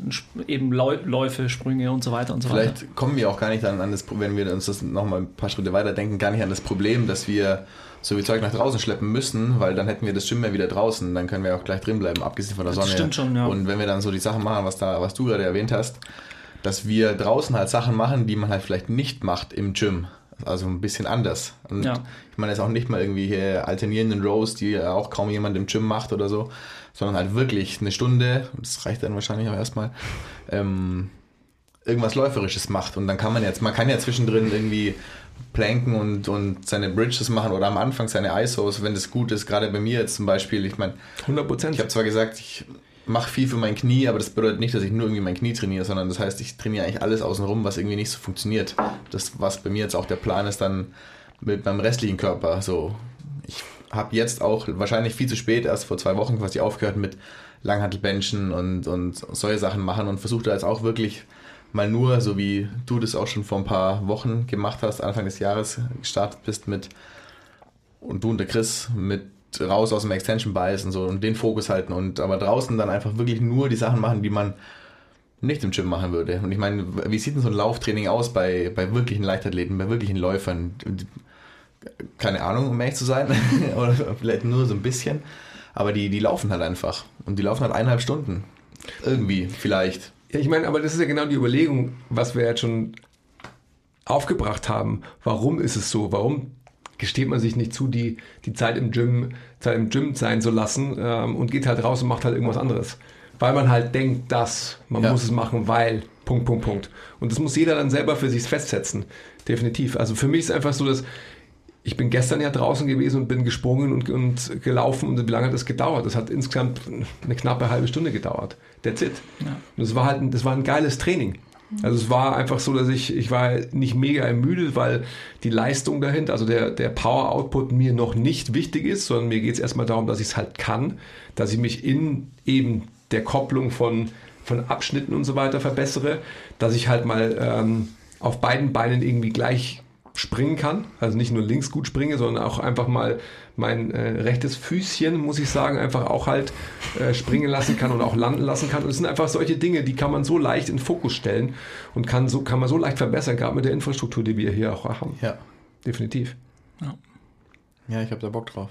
E: eben Läufe, Sprünge und so weiter und so
D: Vielleicht
E: weiter.
D: Vielleicht kommen wir auch gar nicht dann an das, wenn wir uns das nochmal ein paar Schritte weiter denken, gar nicht an das Problem, dass wir so viel Zeug nach draußen schleppen müssen, weil dann hätten wir das Gym ja wieder draußen, dann können wir auch gleich drin bleiben, abgesehen von der Sonne.
E: Das stimmt schon, ja.
D: Und wenn wir dann so die Sachen machen, was da, was du gerade erwähnt hast, dass wir draußen halt Sachen machen, die man halt vielleicht nicht macht im Gym. Also ein bisschen anders. Und
E: ja.
D: ich meine jetzt auch nicht mal irgendwie hier alternierenden Rows, die auch kaum jemand im Gym macht oder so, sondern halt wirklich eine Stunde, das reicht dann wahrscheinlich auch erstmal, ähm, irgendwas Läuferisches macht. Und dann kann man jetzt, man kann ja zwischendrin irgendwie planken und, und seine Bridges machen oder am Anfang seine I S Os, wenn das gut ist. Gerade bei mir jetzt zum Beispiel, ich meine,
A: hundert Prozent.
D: Ich habe zwar gesagt, ich mache viel für mein Knie, aber das bedeutet nicht, dass ich nur irgendwie mein Knie trainiere, sondern das heißt, ich trainiere eigentlich alles außenrum, was irgendwie nicht so funktioniert. Das, was bei mir jetzt auch der Plan ist, dann mit meinem restlichen Körper. So, ich habe jetzt auch wahrscheinlich viel zu spät, erst vor zwei Wochen quasi aufgehört mit Langhantelbenchen und, und solche Sachen machen und versuche da jetzt auch wirklich mal nur, so wie du das auch schon vor ein paar Wochen gemacht hast, Anfang des Jahres gestartet bist mit, und du und der Chris, mit raus aus dem Extension Bias und so und den Fokus halten und aber draußen dann einfach wirklich nur die Sachen machen, die man nicht im Gym machen würde. Und ich meine, wie sieht denn so ein Lauftraining aus bei, bei wirklichen Leichtathleten, bei wirklichen Läufern? Keine Ahnung, um ehrlich zu sein, oder vielleicht nur so ein bisschen, aber die, die laufen halt einfach und die laufen halt eineinhalb Stunden. Irgendwie, vielleicht.
A: Ja, ich meine, aber das ist ja genau die Überlegung, was wir jetzt schon aufgebracht haben. Warum ist es so? Warum gesteht man sich nicht zu, die, die Zeit im Gym, Zeit im Gym sein zu lassen ähm, und geht halt raus und macht halt irgendwas anderes. Weil man halt denkt, dass man ja. muss es machen, weil, Punkt, Punkt, Punkt. Und das muss jeder dann selber für sich festsetzen. Definitiv. Also für mich ist es einfach so, dass ich bin gestern ja draußen gewesen und bin gesprungen und, und gelaufen und wie lange hat das gedauert? Das hat insgesamt eine knappe halbe Stunde gedauert. That's it. Ja. Und das war halt ein, das war ein geiles Training. Also es war einfach so, dass ich, ich war nicht mega ermüdet, weil die Leistung dahinter, also der, der Power-Output mir noch nicht wichtig ist, sondern mir geht es erstmal darum, dass ich es halt kann, dass ich mich in eben der Kopplung von, von Abschnitten und so weiter verbessere, dass ich halt mal ähm, auf beiden Beinen irgendwie gleich springen kann, also nicht nur links gut springe, sondern auch einfach mal mein äh, rechtes Füßchen, muss ich sagen, einfach auch halt äh, springen lassen kann und auch landen lassen kann. Und es sind einfach solche Dinge, die kann man so leicht in den Fokus stellen und kann, so, kann man so leicht verbessern, gerade mit der Infrastruktur, die wir hier auch haben.
D: Ja.
A: Definitiv.
E: Ja,
D: ja ich habe da Bock drauf.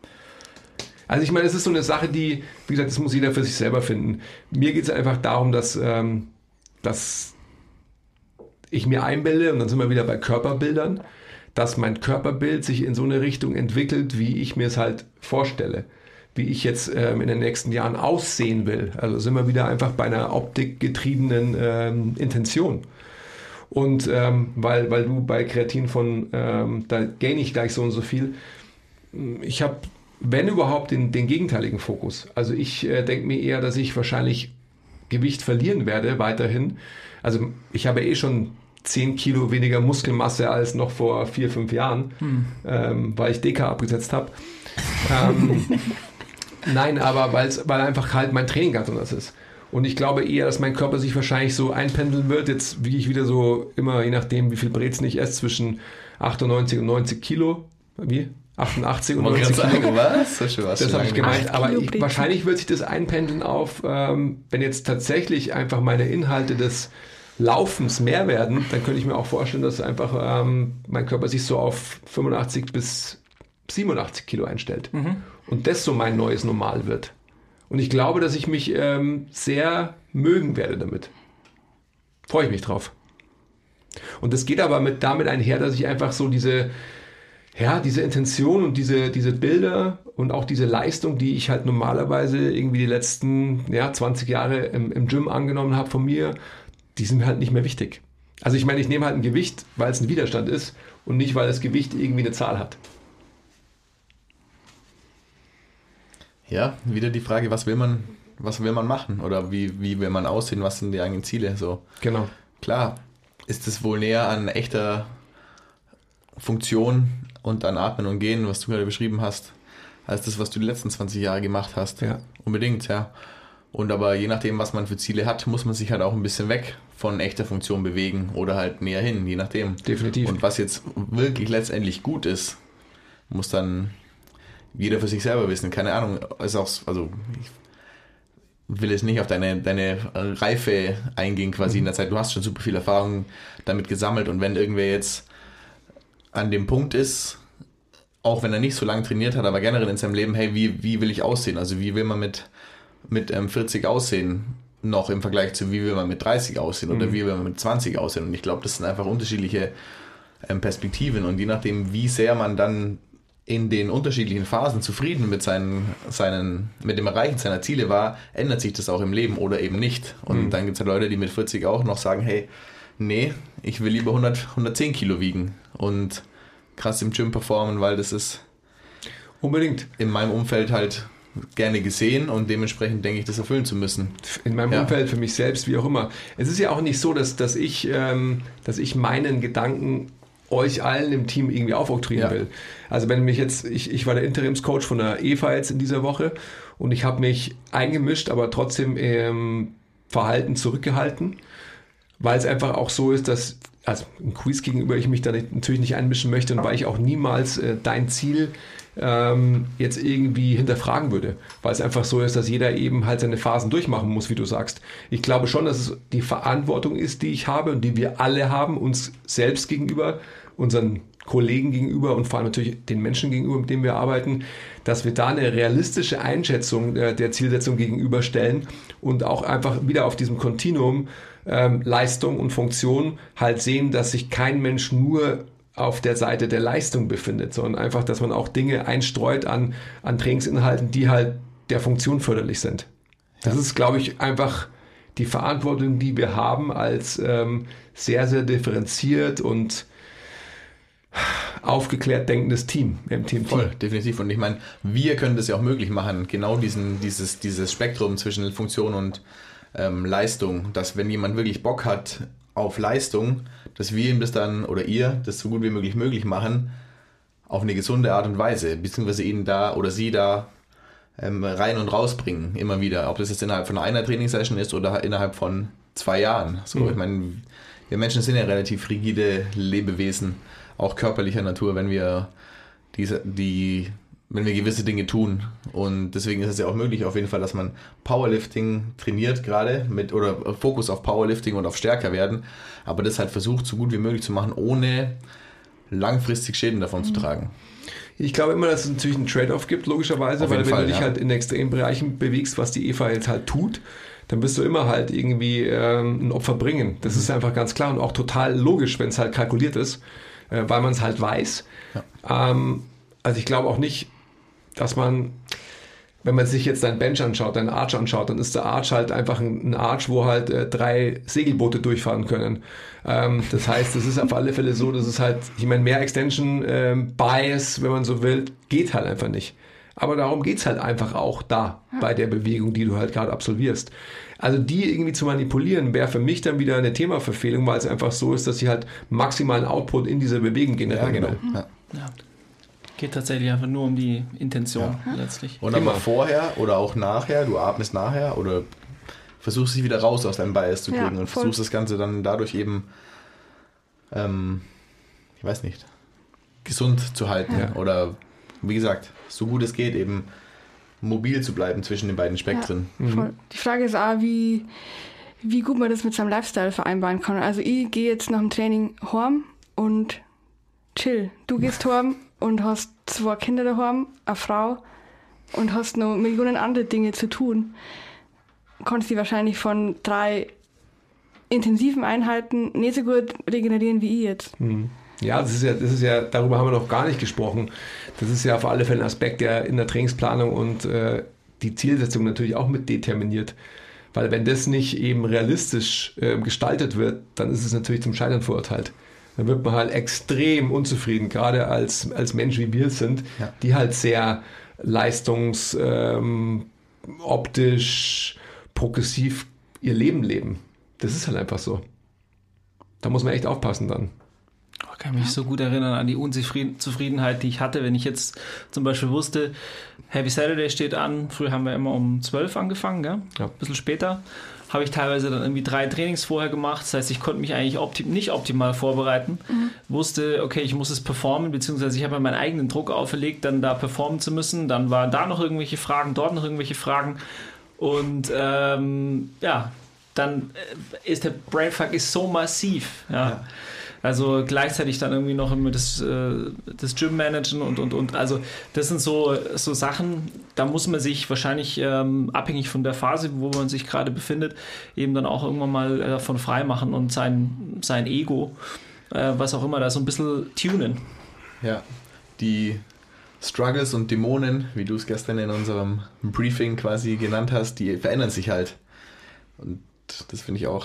A: Also ich meine, es ist so eine Sache, die, wie gesagt, das muss jeder für sich selber finden. Mir geht es einfach darum, dass, ähm, dass ich mir einbilde, und dann sind wir wieder bei Körperbildern, dass mein Körperbild sich in so eine Richtung entwickelt, wie ich mir es halt vorstelle. Wie ich jetzt ähm, in den nächsten Jahren aussehen will. Also sind wir wieder einfach bei einer optikgetriebenen ähm, Intention. Und ähm, weil, weil du bei Kreatin von, ähm, da gain ich gleich so und so viel, ich habe, wenn überhaupt, den, den gegenteiligen Fokus. Also ich äh, denke mir eher, dass ich wahrscheinlich Gewicht verlieren werde weiterhin. Also ich habe eh schon zehn Kilo weniger Muskelmasse als noch vor vier, fünf Jahren, hm. ähm, weil ich D K abgesetzt habe. ähm, nein, aber weil's, weil einfach halt mein Training ganz anders ist. Und ich glaube eher, dass mein Körper sich wahrscheinlich so einpendeln wird. Jetzt wiege ich wieder so immer, je nachdem, wie viel Brezen ich esse, zwischen achtundneunzig und neunzig Kilo. Wie? achtundachtzig und neunzig Kilo.
D: Was? Das,
A: das habe ich gemeint. Aber ich, wahrscheinlich wird sich das einpendeln auf, ähm, wenn jetzt tatsächlich einfach meine Inhalte des Laufens mehr werden, dann könnte ich mir auch vorstellen, dass einfach ähm, mein Körper sich so auf fünfundachtzig bis siebenundachtzig Kilo einstellt. Mhm. Und das so mein neues Normal wird. Und ich glaube, dass ich mich ähm, sehr mögen werde damit. Freue ich mich drauf. Und das geht aber mit, damit einher, dass ich einfach so diese, ja, diese Intention und diese, diese Bilder und auch diese Leistung, die ich halt normalerweise irgendwie die letzten ja, zwanzig Jahre im, im Gym angenommen habe von mir, die sind mir halt nicht mehr wichtig. Also ich meine, ich nehme halt ein Gewicht, weil es ein Widerstand ist und nicht, weil das Gewicht irgendwie eine Zahl hat.
D: Ja, wieder die Frage, was will man, was will man machen oder wie, wie will man aussehen, was sind die eigenen Ziele? So.
A: Genau.
D: Klar, ist es wohl näher an echter Funktion und an Atmen und Gehen, was du gerade beschrieben hast, als das, was du die letzten zwanzig Jahre gemacht hast.
A: Ja.
D: Unbedingt, ja. Und aber je nachdem, was man für Ziele hat, muss man sich halt auch ein bisschen weg von echter Funktion bewegen oder halt näher hin, je nachdem.
A: Definitiv.
D: Und was jetzt wirklich letztendlich gut ist, muss dann jeder für sich selber wissen. Keine Ahnung, ist auch, also ich will jetzt nicht auf deine, deine Reife eingehen quasi mhm. in der Zeit. Du hast schon super viel Erfahrung damit gesammelt und wenn irgendwer jetzt an dem Punkt ist, auch wenn er nicht so lange trainiert hat, aber generell in seinem Leben, hey, wie, wie will ich aussehen? Also wie will man mit, mit ähm, vierzig aussehen noch im Vergleich zu wie will man mit dreißig aussehen oder mhm. wie will man mit zwanzig aussehen? Und ich glaube, das sind einfach unterschiedliche ähm, Perspektiven und je nachdem, wie sehr man dann in den unterschiedlichen Phasen zufrieden mit seinen, seinen, mit dem Erreichen seiner Ziele war, ändert sich das auch im Leben oder eben nicht. Und mhm. dann gibt es ja Leute, die mit vierzig auch noch sagen, hey, nee, ich will lieber hundert, hundertzehn Kilo wiegen und krass im Gym performen, weil das ist
A: unbedingt
D: in meinem Umfeld halt gerne gesehen und dementsprechend denke ich, das erfüllen zu müssen.
A: In meinem
D: ja.
A: Umfeld, für mich selbst, wie auch immer. Es ist ja auch nicht so, dass, dass, ich, ähm, dass ich meinen Gedanken euch allen im Team irgendwie aufoktroyieren ja. will. Also wenn mich jetzt, ich, ich war der Interimscoach von der Eva jetzt in dieser Woche und ich habe mich eingemischt, aber trotzdem ähm, Verhalten zurückgehalten, weil es einfach auch so ist, dass, also ein Quiz gegenüber ich mich da nicht, natürlich nicht einmischen möchte und weil ich auch niemals äh, dein Ziel ähm, jetzt irgendwie hinterfragen würde, weil es einfach so ist, dass jeder eben halt seine Phasen durchmachen muss, wie du sagst. Ich glaube schon, dass es die Verantwortung ist, die ich habe und die wir alle haben, uns selbst gegenüber, unseren Kollegen gegenüber und vor allem natürlich den Menschen gegenüber, mit denen wir arbeiten, dass wir da eine realistische Einschätzung der, der Zielsetzung gegenüberstellen und auch einfach wieder auf diesem Kontinuum ähm, Leistung und Funktion halt sehen, dass sich kein Mensch nur auf der Seite der Leistung befindet, sondern einfach, dass man auch Dinge einstreut an, an Trainingsinhalten, die halt der Funktion förderlich sind. Das ja. ist, glaube ich, einfach die Verantwortung, die wir haben als ähm, sehr, sehr differenziert und aufgeklärt denkendes Team im Team.
D: Voll, definitiv. Und ich meine, wir können das ja auch möglich machen, genau diesen, dieses, dieses Spektrum zwischen Funktion und ähm, Leistung, dass wenn jemand wirklich Bock hat auf Leistung, dass wir ihm das dann, oder ihr, das so gut wie möglich möglich machen, auf eine gesunde Art und Weise, beziehungsweise ihn da oder sie da ähm, rein und rausbringen, immer wieder. Ob das jetzt innerhalb von einer Trainingssession ist oder innerhalb von zwei Jahren. So, mhm. Ich meine, wir Menschen sind ja relativ rigide Lebewesen, auch körperlicher Natur, wenn wir diese, die, wenn wir gewisse Dinge tun. Und deswegen ist es ja auch möglich, auf jeden Fall, dass man Powerlifting trainiert gerade mit oder Fokus auf Powerlifting und auf stärker werden, aber das halt versucht, so gut wie möglich zu machen, ohne langfristig Schäden davon mhm. zu tragen.
A: Ich glaube immer, dass es natürlich einen Trade-off gibt, logischerweise,
D: auf
A: weil wenn
D: Fall,
A: du dich
D: ja.
A: halt in extremen Bereichen bewegst, was die Eva jetzt halt tut, dann wirst du immer halt irgendwie ähm, ein Opfer bringen. Das mhm. ist einfach ganz klar und auch total logisch, wenn es halt kalkuliert ist. äh, weil man es halt weiß.
D: Ja.
A: Ähm, also ich glaube auch nicht, dass man, wenn man sich jetzt dein Bench anschaut, deinen Arch anschaut, dann ist der Arch halt einfach ein, ein Arch, wo halt äh, drei Segelboote durchfahren können. Ähm, das heißt, es ist auf alle Fälle so, dass es halt, ich meine, mehr Extension ähm, Bias, wenn man so will, geht halt einfach nicht. Aber darum geht's halt einfach auch da, bei der Bewegung, die du halt gerade absolvierst. Also die irgendwie zu manipulieren, wäre für mich dann wieder eine Themaverfehlung, weil es einfach so ist, dass sie halt maximalen Output in dieser Bewegung generieren.
D: Ja, genau.
A: will.
D: Ja.
E: Ja. Geht tatsächlich einfach nur um die Intention
D: Ja.
E: letztlich.
D: Und aber
A: Immer.
D: vorher oder auch nachher, du atmest nachher oder versuchst dich wieder raus aus deinem Bias zu
C: Ja,
D: kriegen und
C: voll.
D: versuchst das Ganze dann dadurch eben, ähm, ich weiß nicht, gesund zu halten
A: Ja.
D: oder wie gesagt, so gut es geht, eben mobil zu bleiben zwischen den beiden Spektren.
C: Voll. Die Frage ist auch, wie, wie gut man das mit seinem Lifestyle vereinbaren kann. Also ich gehe jetzt nach dem Training heim und chill. Du gehst heim und hast zwei Kinder daheim, eine Frau und hast noch Millionen andere Dinge zu tun. Kannst die wahrscheinlich von drei intensiven Einheiten nicht so gut regenerieren wie ich jetzt.
A: Ja, das ist ja, das ist ja, darüber haben wir noch gar nicht gesprochen. Das ist ja auf alle Fälle ein Aspekt, der in der Trainingsplanung und äh, die Zielsetzung natürlich auch mit determiniert. Weil wenn das nicht eben realistisch äh, gestaltet wird, dann ist es natürlich zum Scheitern verurteilt. Dann wird man halt extrem unzufrieden, gerade als, als Mensch wie wir es sind,
D: Ja.
A: die halt sehr leistungs-, ähm, optisch, progressiv ihr Leben leben. Das ist halt einfach so. Da muss man echt aufpassen dann.
E: Ich kann mich so gut erinnern an die Unzufriedenheit, die ich hatte, wenn ich jetzt zum Beispiel wusste, Heavy Saturday steht an. Früher haben wir immer um zwölf angefangen, gell?
A: Ja.
E: Ein bisschen später. Habe ich teilweise dann irgendwie drei Trainings vorher gemacht. Das heißt, ich konnte mich eigentlich optim- nicht optimal vorbereiten.
C: Mhm.
E: Wusste, okay, ich muss es performen, beziehungsweise ich habe mir meinen eigenen Druck auferlegt, dann da performen zu müssen. Dann waren da noch irgendwelche Fragen, dort noch irgendwelche Fragen. Und ähm, ja, dann äh, ist der Brainfuck ist so massiv. Ja.
D: Ja.
E: Also gleichzeitig dann irgendwie noch immer das, äh, das Gym managen und, und, und. Also das sind so, so Sachen, da muss man sich wahrscheinlich ähm, abhängig von der Phase, wo man sich gerade befindet, eben dann auch irgendwann mal äh, davon frei machen und sein, sein Ego, äh, was auch immer, da so ein bisschen tunen.
D: Ja, die Struggles und Dämonen, wie du es gestern in unserem Briefing quasi genannt hast, die verändern sich halt. Und das finde ich auch.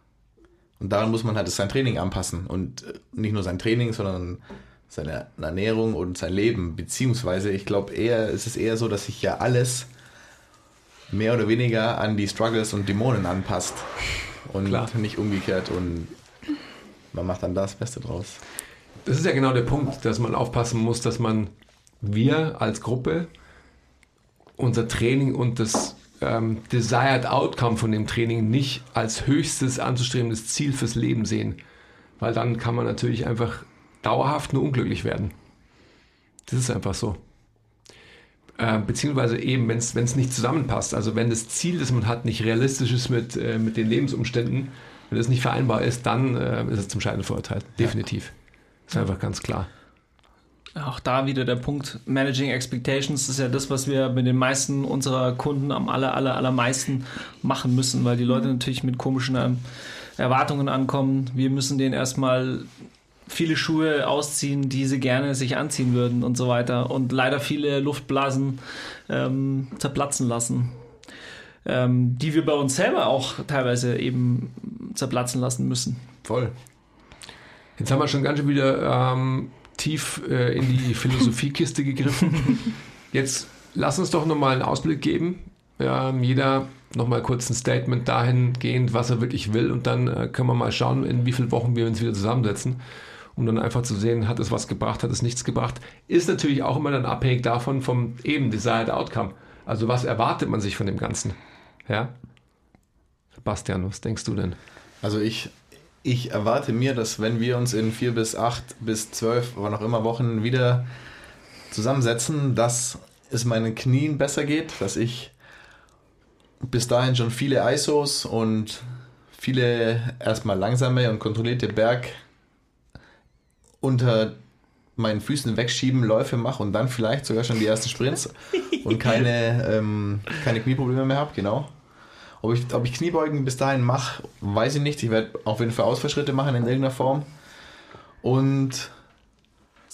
D: Und daran muss man halt sein Training anpassen. Und nicht nur sein Training, sondern seine Ernährung und sein Leben. Beziehungsweise, ich glaube eher, es ist eher so, dass sich ja alles mehr oder weniger an die Struggles und Dämonen anpasst. Und
A: Klar.
D: nicht umgekehrt. Und man macht dann das Beste draus.
A: Das ist ja genau der Punkt, dass man aufpassen muss, dass man, wir als Gruppe, unser Training und das ähm, Desired Outcome von dem Training nicht als höchstes anzustrebendes Ziel fürs Leben sehen. Weil dann kann man natürlich einfach dauerhaft nur unglücklich werden. Das ist einfach so. Äh, beziehungsweise eben, wenn es nicht zusammenpasst. Also wenn das Ziel, das man hat, nicht realistisch ist mit, äh, mit den Lebensumständen, wenn das nicht vereinbar ist, dann äh, ist es zum Scheitern verurteilt. Definitiv. Das ist einfach ganz klar.
E: Auch da wieder der Punkt Managing Expectations, das ist ja das, was wir mit den meisten unserer Kunden am aller, aller, allermeisten machen müssen, weil die Leute natürlich mit komischen ähm, Erwartungen ankommen. Wir müssen denen erstmal viele Schuhe ausziehen, die sie gerne sich anziehen würden und so weiter und leider viele Luftblasen ähm, zerplatzen lassen, ähm, die wir bei uns selber auch teilweise eben zerplatzen lassen müssen.
D: Voll.
A: Jetzt haben wir schon ganz schön wieder ähm, tief äh, in die Philosophiekiste gegriffen. Jetzt lass uns doch nochmal einen Ausblick geben. Ähm, jeder nochmal kurz ein Statement dahingehend, was er wirklich will, und dann äh, können wir mal schauen, in wie vielen Wochen wir uns wieder zusammensetzen, um dann einfach zu sehen, hat es was gebracht, hat es nichts gebracht. Ist natürlich auch immer dann abhängig davon vom eben Desired Outcome. Also was erwartet man sich von dem Ganzen? Ja? Sebastian, was denkst du denn?
D: Also ich, ich erwarte mir, dass wenn wir uns in vier bis acht bis zwölf, wann auch immer Wochen wieder zusammensetzen, dass es meinen Knien besser geht, dass ich bis dahin schon viele I S Os und viele erstmal langsame und kontrollierte Berg unter meinen Füßen wegschieben, Läufe mache und dann vielleicht sogar schon die ersten Sprints und keine, ähm, keine Knieprobleme mehr habe, genau. Ob ich, ob ich Kniebeugen bis dahin mache, weiß ich nicht. Ich werde auf jeden Fall Ausfallschritte machen in irgendeiner Form. Und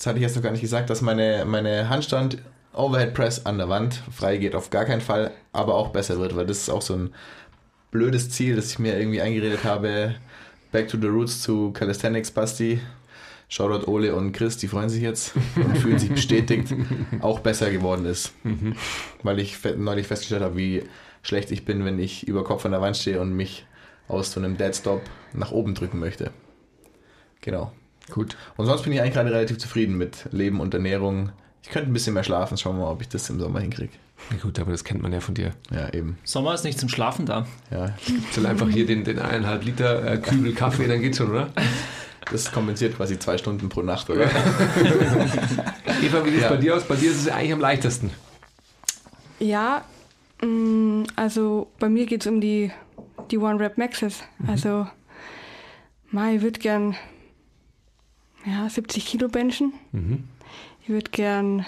D: das hatte ich jetzt noch gar nicht gesagt, dass meine, meine Handstand Overhead Press an der Wand frei geht auf gar keinen Fall, aber auch besser wird, weil das ist auch so ein blödes Ziel, das ich mir irgendwie eingeredet habe. Back to the Roots zu Calisthenics, Basti. Shoutout Ole und Chris, die freuen sich jetzt und fühlen sich bestätigt, auch besser geworden ist. Mhm. Weil ich fe- neulich festgestellt habe, wie schlecht ich bin, wenn ich über Kopf an der Wand stehe und mich aus so einem Deadstop nach oben drücken möchte. Genau.
A: Gut.
D: Und sonst bin ich eigentlich gerade relativ zufrieden mit Leben und Ernährung. Ich könnte ein bisschen mehr schlafen, schauen wir mal, ob ich das im Sommer hinkriege.
A: Ja, gut, aber das kennt man ja von dir.
D: Ja, eben.
E: Sommer ist nicht zum Schlafen da.
D: Ja.
A: Soll einfach hier den, den eineinhalb Liter äh, Kübel Kaffee, dann geht's schon, oder?
D: Das kompensiert quasi zwei Stunden pro Nacht, oder?
A: Eva, wie sieht es
D: Ja.
A: bei dir aus? Bei dir ist es ja eigentlich am leichtesten.
C: Ja, mh, also bei mir geht es um die, die One-Rep-Maxes. Mhm. Also, ma, ich würde gern ja, siebzig Kilo benchen. Mhm. Ich würde gern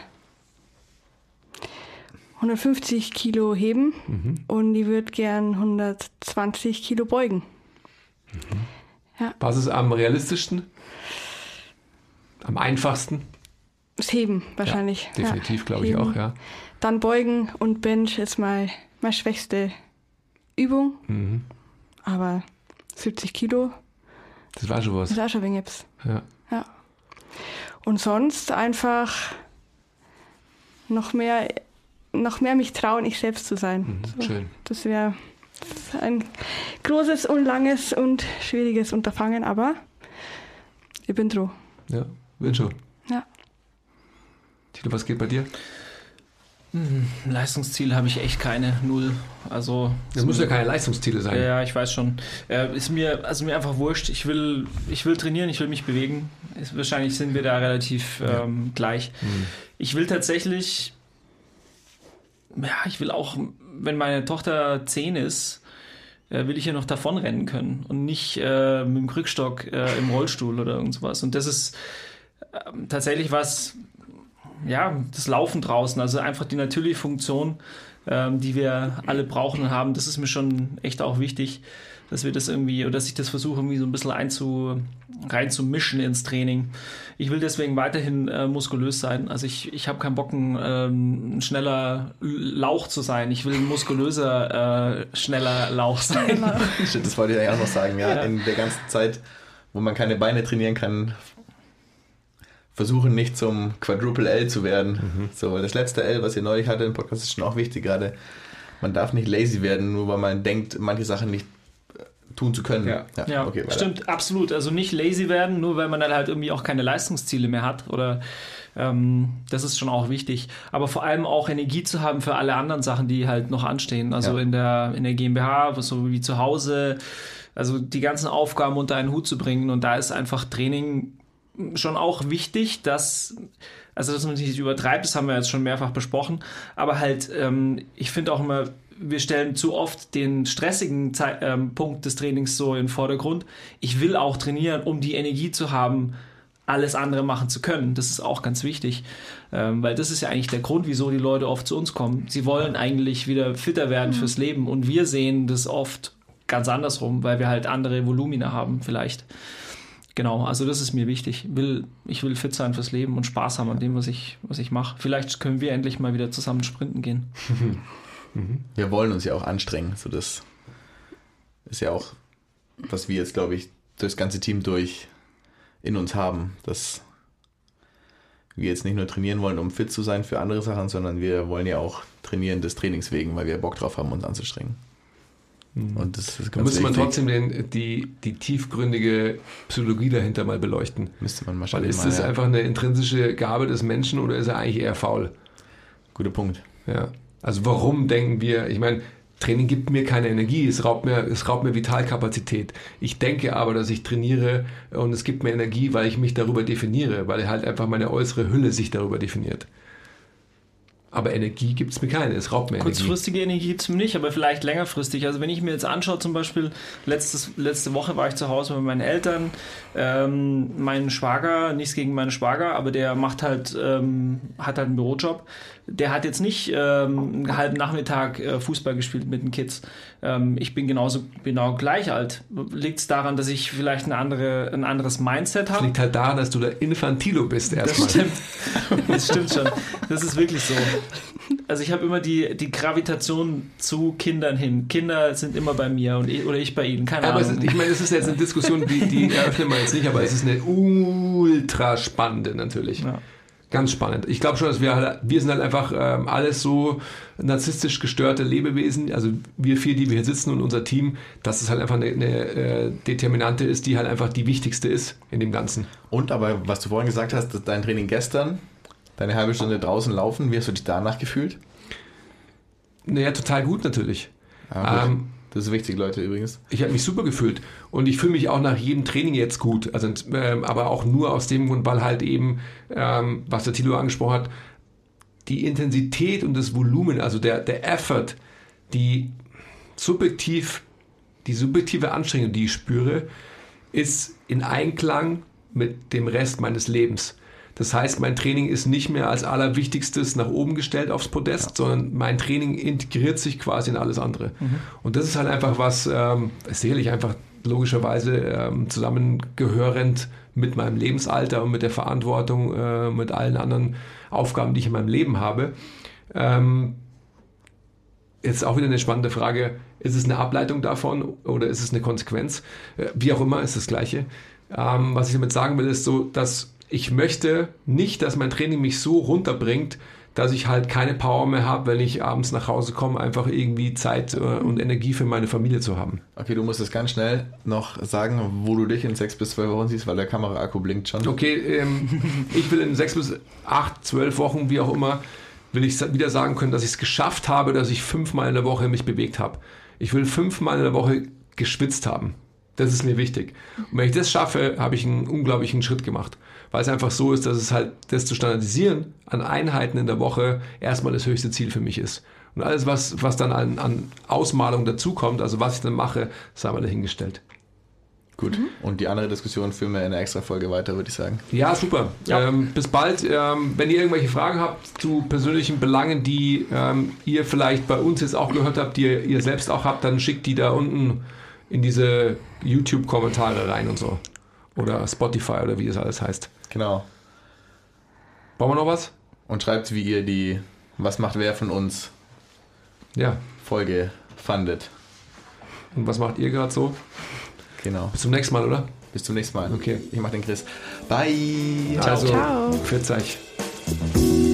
C: hundertfünfzig Kilo heben mhm. und ich würde gern hundertzwanzig Kilo beugen.
A: Mhm.
C: Ja.
A: Was ist am realistischsten? Am einfachsten?
C: Das Heben wahrscheinlich.
A: Ja, definitiv,
C: ja.
A: glaube ich auch, ja.
C: Dann Beugen und Bench ist mal meine schwächste Übung. Mhm. Aber siebzig Kilo,
A: das war schon was.
C: das ist auch schon ein wenig etwas.
A: Ja.
C: Ja. Und sonst einfach noch mehr, noch mehr mich trauen, ich selbst zu sein.
A: Mhm,
C: so,
A: schön.
C: Das wäre ein großes und langes und schwieriges Unterfangen, aber ich bin dran.
A: Ja, bin schon.
C: Ja.
A: Tilo, was geht bei dir?
E: Hm, Leistungsziele habe ich echt keine, null. Also
A: Das so, müssen ja keine Leistungsziele sein.
E: Ja, ich weiß schon. Äh, ist mir, also mir einfach wurscht. Ich will, ich will trainieren, ich will mich bewegen. Ist, wahrscheinlich sind wir da relativ
A: ja.
E: ähm, gleich. Mhm. Ich will tatsächlich, ja, ich will auch, wenn meine Tochter zehn ist, äh, will ich ja noch davon rennen können und nicht äh, mit dem Krückstock äh, im Rollstuhl oder irgend sowas. Und das ist äh, tatsächlich was, ja, das Laufen draußen, also einfach die natürliche Funktion, ähm, die wir alle brauchen und haben, das ist mir schon echt auch wichtig, dass wir das irgendwie, oder dass ich das versuche, irgendwie so ein bisschen einzu, reinzumischen ins Training. Ich will deswegen weiterhin äh, muskulös sein. Also ich, ich habe keinen Bock, ein, ähm, ein schneller Lauch zu sein. Ich will ein muskulöser, äh, schneller Lauch sein.
D: Shit, das wollte ich eigentlich auch noch sagen. Ja. Ja. In der ganzen Zeit, wo man keine Beine trainieren kann, versuchen nicht zum Quadruple L zu werden. Mhm. So, weil das letzte L, was ihr neulich hattet im Podcast, ist schon auch wichtig gerade. Man darf nicht lazy werden, nur weil man denkt, manche Sachen nicht tun zu können.
E: Ja, ja, ja okay, stimmt, absolut. Also nicht lazy werden, nur weil man dann halt irgendwie auch keine Leistungsziele mehr hat. Oder ähm, das ist schon auch wichtig. Aber vor allem auch Energie zu haben für alle anderen Sachen, die halt noch anstehen. Also ja. in der in der GmbH, so wie zu Hause, also die ganzen Aufgaben unter einen Hut zu bringen. Und da ist einfach Training schon auch wichtig, dass, also dass man sich nicht übertreibt, das haben wir jetzt schon mehrfach besprochen, aber halt, ähm, ich finde auch immer, wir stellen zu oft den stressigen Ze- ähm, Punkt des Trainings so in den Vordergrund. Ich will auch trainieren, um die Energie zu haben, alles andere machen zu können. Das ist auch ganz wichtig, ähm, weil das ist ja eigentlich der Grund, wieso die Leute oft zu uns kommen. Sie wollen eigentlich wieder fitter werden mhm. fürs Leben und wir sehen das oft ganz andersrum, weil wir halt andere Volumina haben vielleicht. Genau, also das ist mir wichtig. Will, ich will fit sein fürs Leben und Spaß haben an dem, was ich, was ich mache. Vielleicht können wir endlich mal wieder zusammen sprinten gehen.
D: Wir wollen uns ja auch anstrengen. So das ist ja auch, was wir jetzt, glaube ich, das ganze Team durch in uns haben, dass wir jetzt nicht nur trainieren wollen, um fit zu sein für andere Sachen, sondern wir wollen ja auch trainieren des Trainings wegen, weil wir Bock drauf haben, uns anzustrengen. Und das ist
A: da müsste man trotzdem den, die, die tiefgründige Psychologie dahinter mal beleuchten.
D: Müsste man mal
A: schauen. Weil ist das ja. einfach eine intrinsische Gabe des Menschen oder ist er eigentlich eher faul?
D: Guter Punkt.
A: Ja. Also warum denken wir, ich meine, Training gibt mir keine Energie, es raubt mir, es raubt mir Vitalkapazität. Ich denke aber, dass ich trainiere und es gibt mir Energie, weil ich mich darüber definiere, weil halt einfach meine äußere Hülle sich darüber definiert. Aber Energie gibt es mir keine, es raubt mir Energie.
E: Kurzfristige Energie gibt es mir nicht, aber vielleicht längerfristig. Also wenn ich mir jetzt anschaue, zum Beispiel letztes, letzte Woche war ich zu Hause mit meinen Eltern, ähm, mein Schwager, nichts gegen meinen Schwager, aber der macht halt, ähm, hat halt einen Bürojob. Der hat jetzt nicht ähm, einen halben Nachmittag äh, Fußball gespielt mit den Kids. Ähm, ich bin genauso genau gleich alt. Liegt es daran, dass ich vielleicht eine andere, ein anderes Mindset habe?
A: Das liegt halt daran, dass du der Infantilo bist
E: Das
A: erstmal.
E: stimmt. Das stimmt schon. Das ist wirklich so. Also ich habe immer die, die Gravitation zu Kindern hin. Kinder sind immer bei mir und ich, oder ich bei ihnen. Keine
A: Ja, aber es
E: Ahnung.
A: ist, ich meine, es ist jetzt eine Diskussion, die, die eröffnen wir jetzt nicht, aber es ist eine ultra spannende natürlich.
E: Ja.
A: Ganz spannend. Ich glaube schon, dass wir halt, wir sind halt einfach ähm, alles so narzisstisch gestörte Lebewesen, also wir vier, die wir hier sitzen und unser Team, dass es halt einfach eine, eine äh, Determinante ist, die halt einfach die wichtigste ist in dem Ganzen.
D: Und aber, was du vorhin gesagt hast, dein Training gestern, deine halbe Stunde draußen laufen, wie hast du dich danach gefühlt?
A: Naja, total gut natürlich.
D: Ah,
A: Ähm,
D: das ist wichtig, Leute, übrigens.
A: Ich habe mich super gefühlt und ich fühle mich auch nach jedem Training jetzt gut. Also, ähm, aber auch nur aus dem Grund, weil halt eben, ähm, was der Thilo angesprochen hat, die Intensität und das Volumen, also der, der Effort, die subjektiv, die subjektive Anstrengung, die ich spüre, ist in Einklang mit dem Rest meines Lebens. Das heißt, mein Training ist nicht mehr als Allerwichtigstes nach oben gestellt aufs Podest, ja. sondern mein Training integriert sich quasi in alles andere. Mhm. Und das ist halt einfach was, ähm, sicherlich einfach logischerweise ähm, zusammengehörend mit meinem Lebensalter und mit der Verantwortung, äh, mit allen anderen Aufgaben, die ich in meinem Leben habe. Ähm, jetzt auch wieder eine spannende Frage, ist es eine Ableitung davon oder ist es eine Konsequenz? Äh, wie auch immer, ist das Gleiche. Ähm, was ich damit sagen will, ist so, dass ich möchte nicht, dass mein Training mich so runterbringt, dass ich halt keine Power mehr habe, wenn ich abends nach Hause komme, einfach irgendwie Zeit und Energie für meine Familie zu haben.
D: Okay, du musst jetzt ganz schnell noch sagen, wo du dich in sechs bis zwölf Wochen siehst, weil der Kameraakku blinkt schon.
A: Okay, ähm, ich will in sechs bis acht, zwölf Wochen, wie auch immer, will ich wieder sagen können, dass ich es geschafft habe, dass ich fünfmal in der Woche mich bewegt habe. Ich will fünfmal in der Woche geschwitzt haben. Das ist mir wichtig. Und wenn ich das schaffe, habe ich einen unglaublichen Schritt gemacht. Weil es einfach so ist, dass es halt, das zu standardisieren an Einheiten in der Woche erstmal das höchste Ziel für mich ist. Und alles, was, was dann an, an Ausmalung dazukommt, also was ich dann mache, sei mal dahingestellt.
D: Gut. Mhm. Und die andere Diskussion führen wir in einer extra Folge weiter, würde ich sagen.
A: Ja, super. Ja. Ähm, bis bald. Ähm, wenn ihr irgendwelche Fragen habt zu persönlichen Belangen, die ähm, ihr vielleicht bei uns jetzt auch gehört habt, die ihr, ihr selbst auch habt, dann schickt die da unten in diese YouTube-Kommentare rein und so. Oder Spotify oder wie es alles heißt.
D: Genau.
A: Brauchen wir noch was?
D: Und schreibt, wie ihr die Was macht wer von uns
A: ja.
D: Folge fandet.
A: Und was macht ihr gerade so?
D: Genau.
A: Bis zum nächsten Mal, oder?
D: Bis zum nächsten Mal.
A: Okay.
D: Ich mach den Chris. Bye.
A: Also,
C: ciao.
A: Pfiat euch.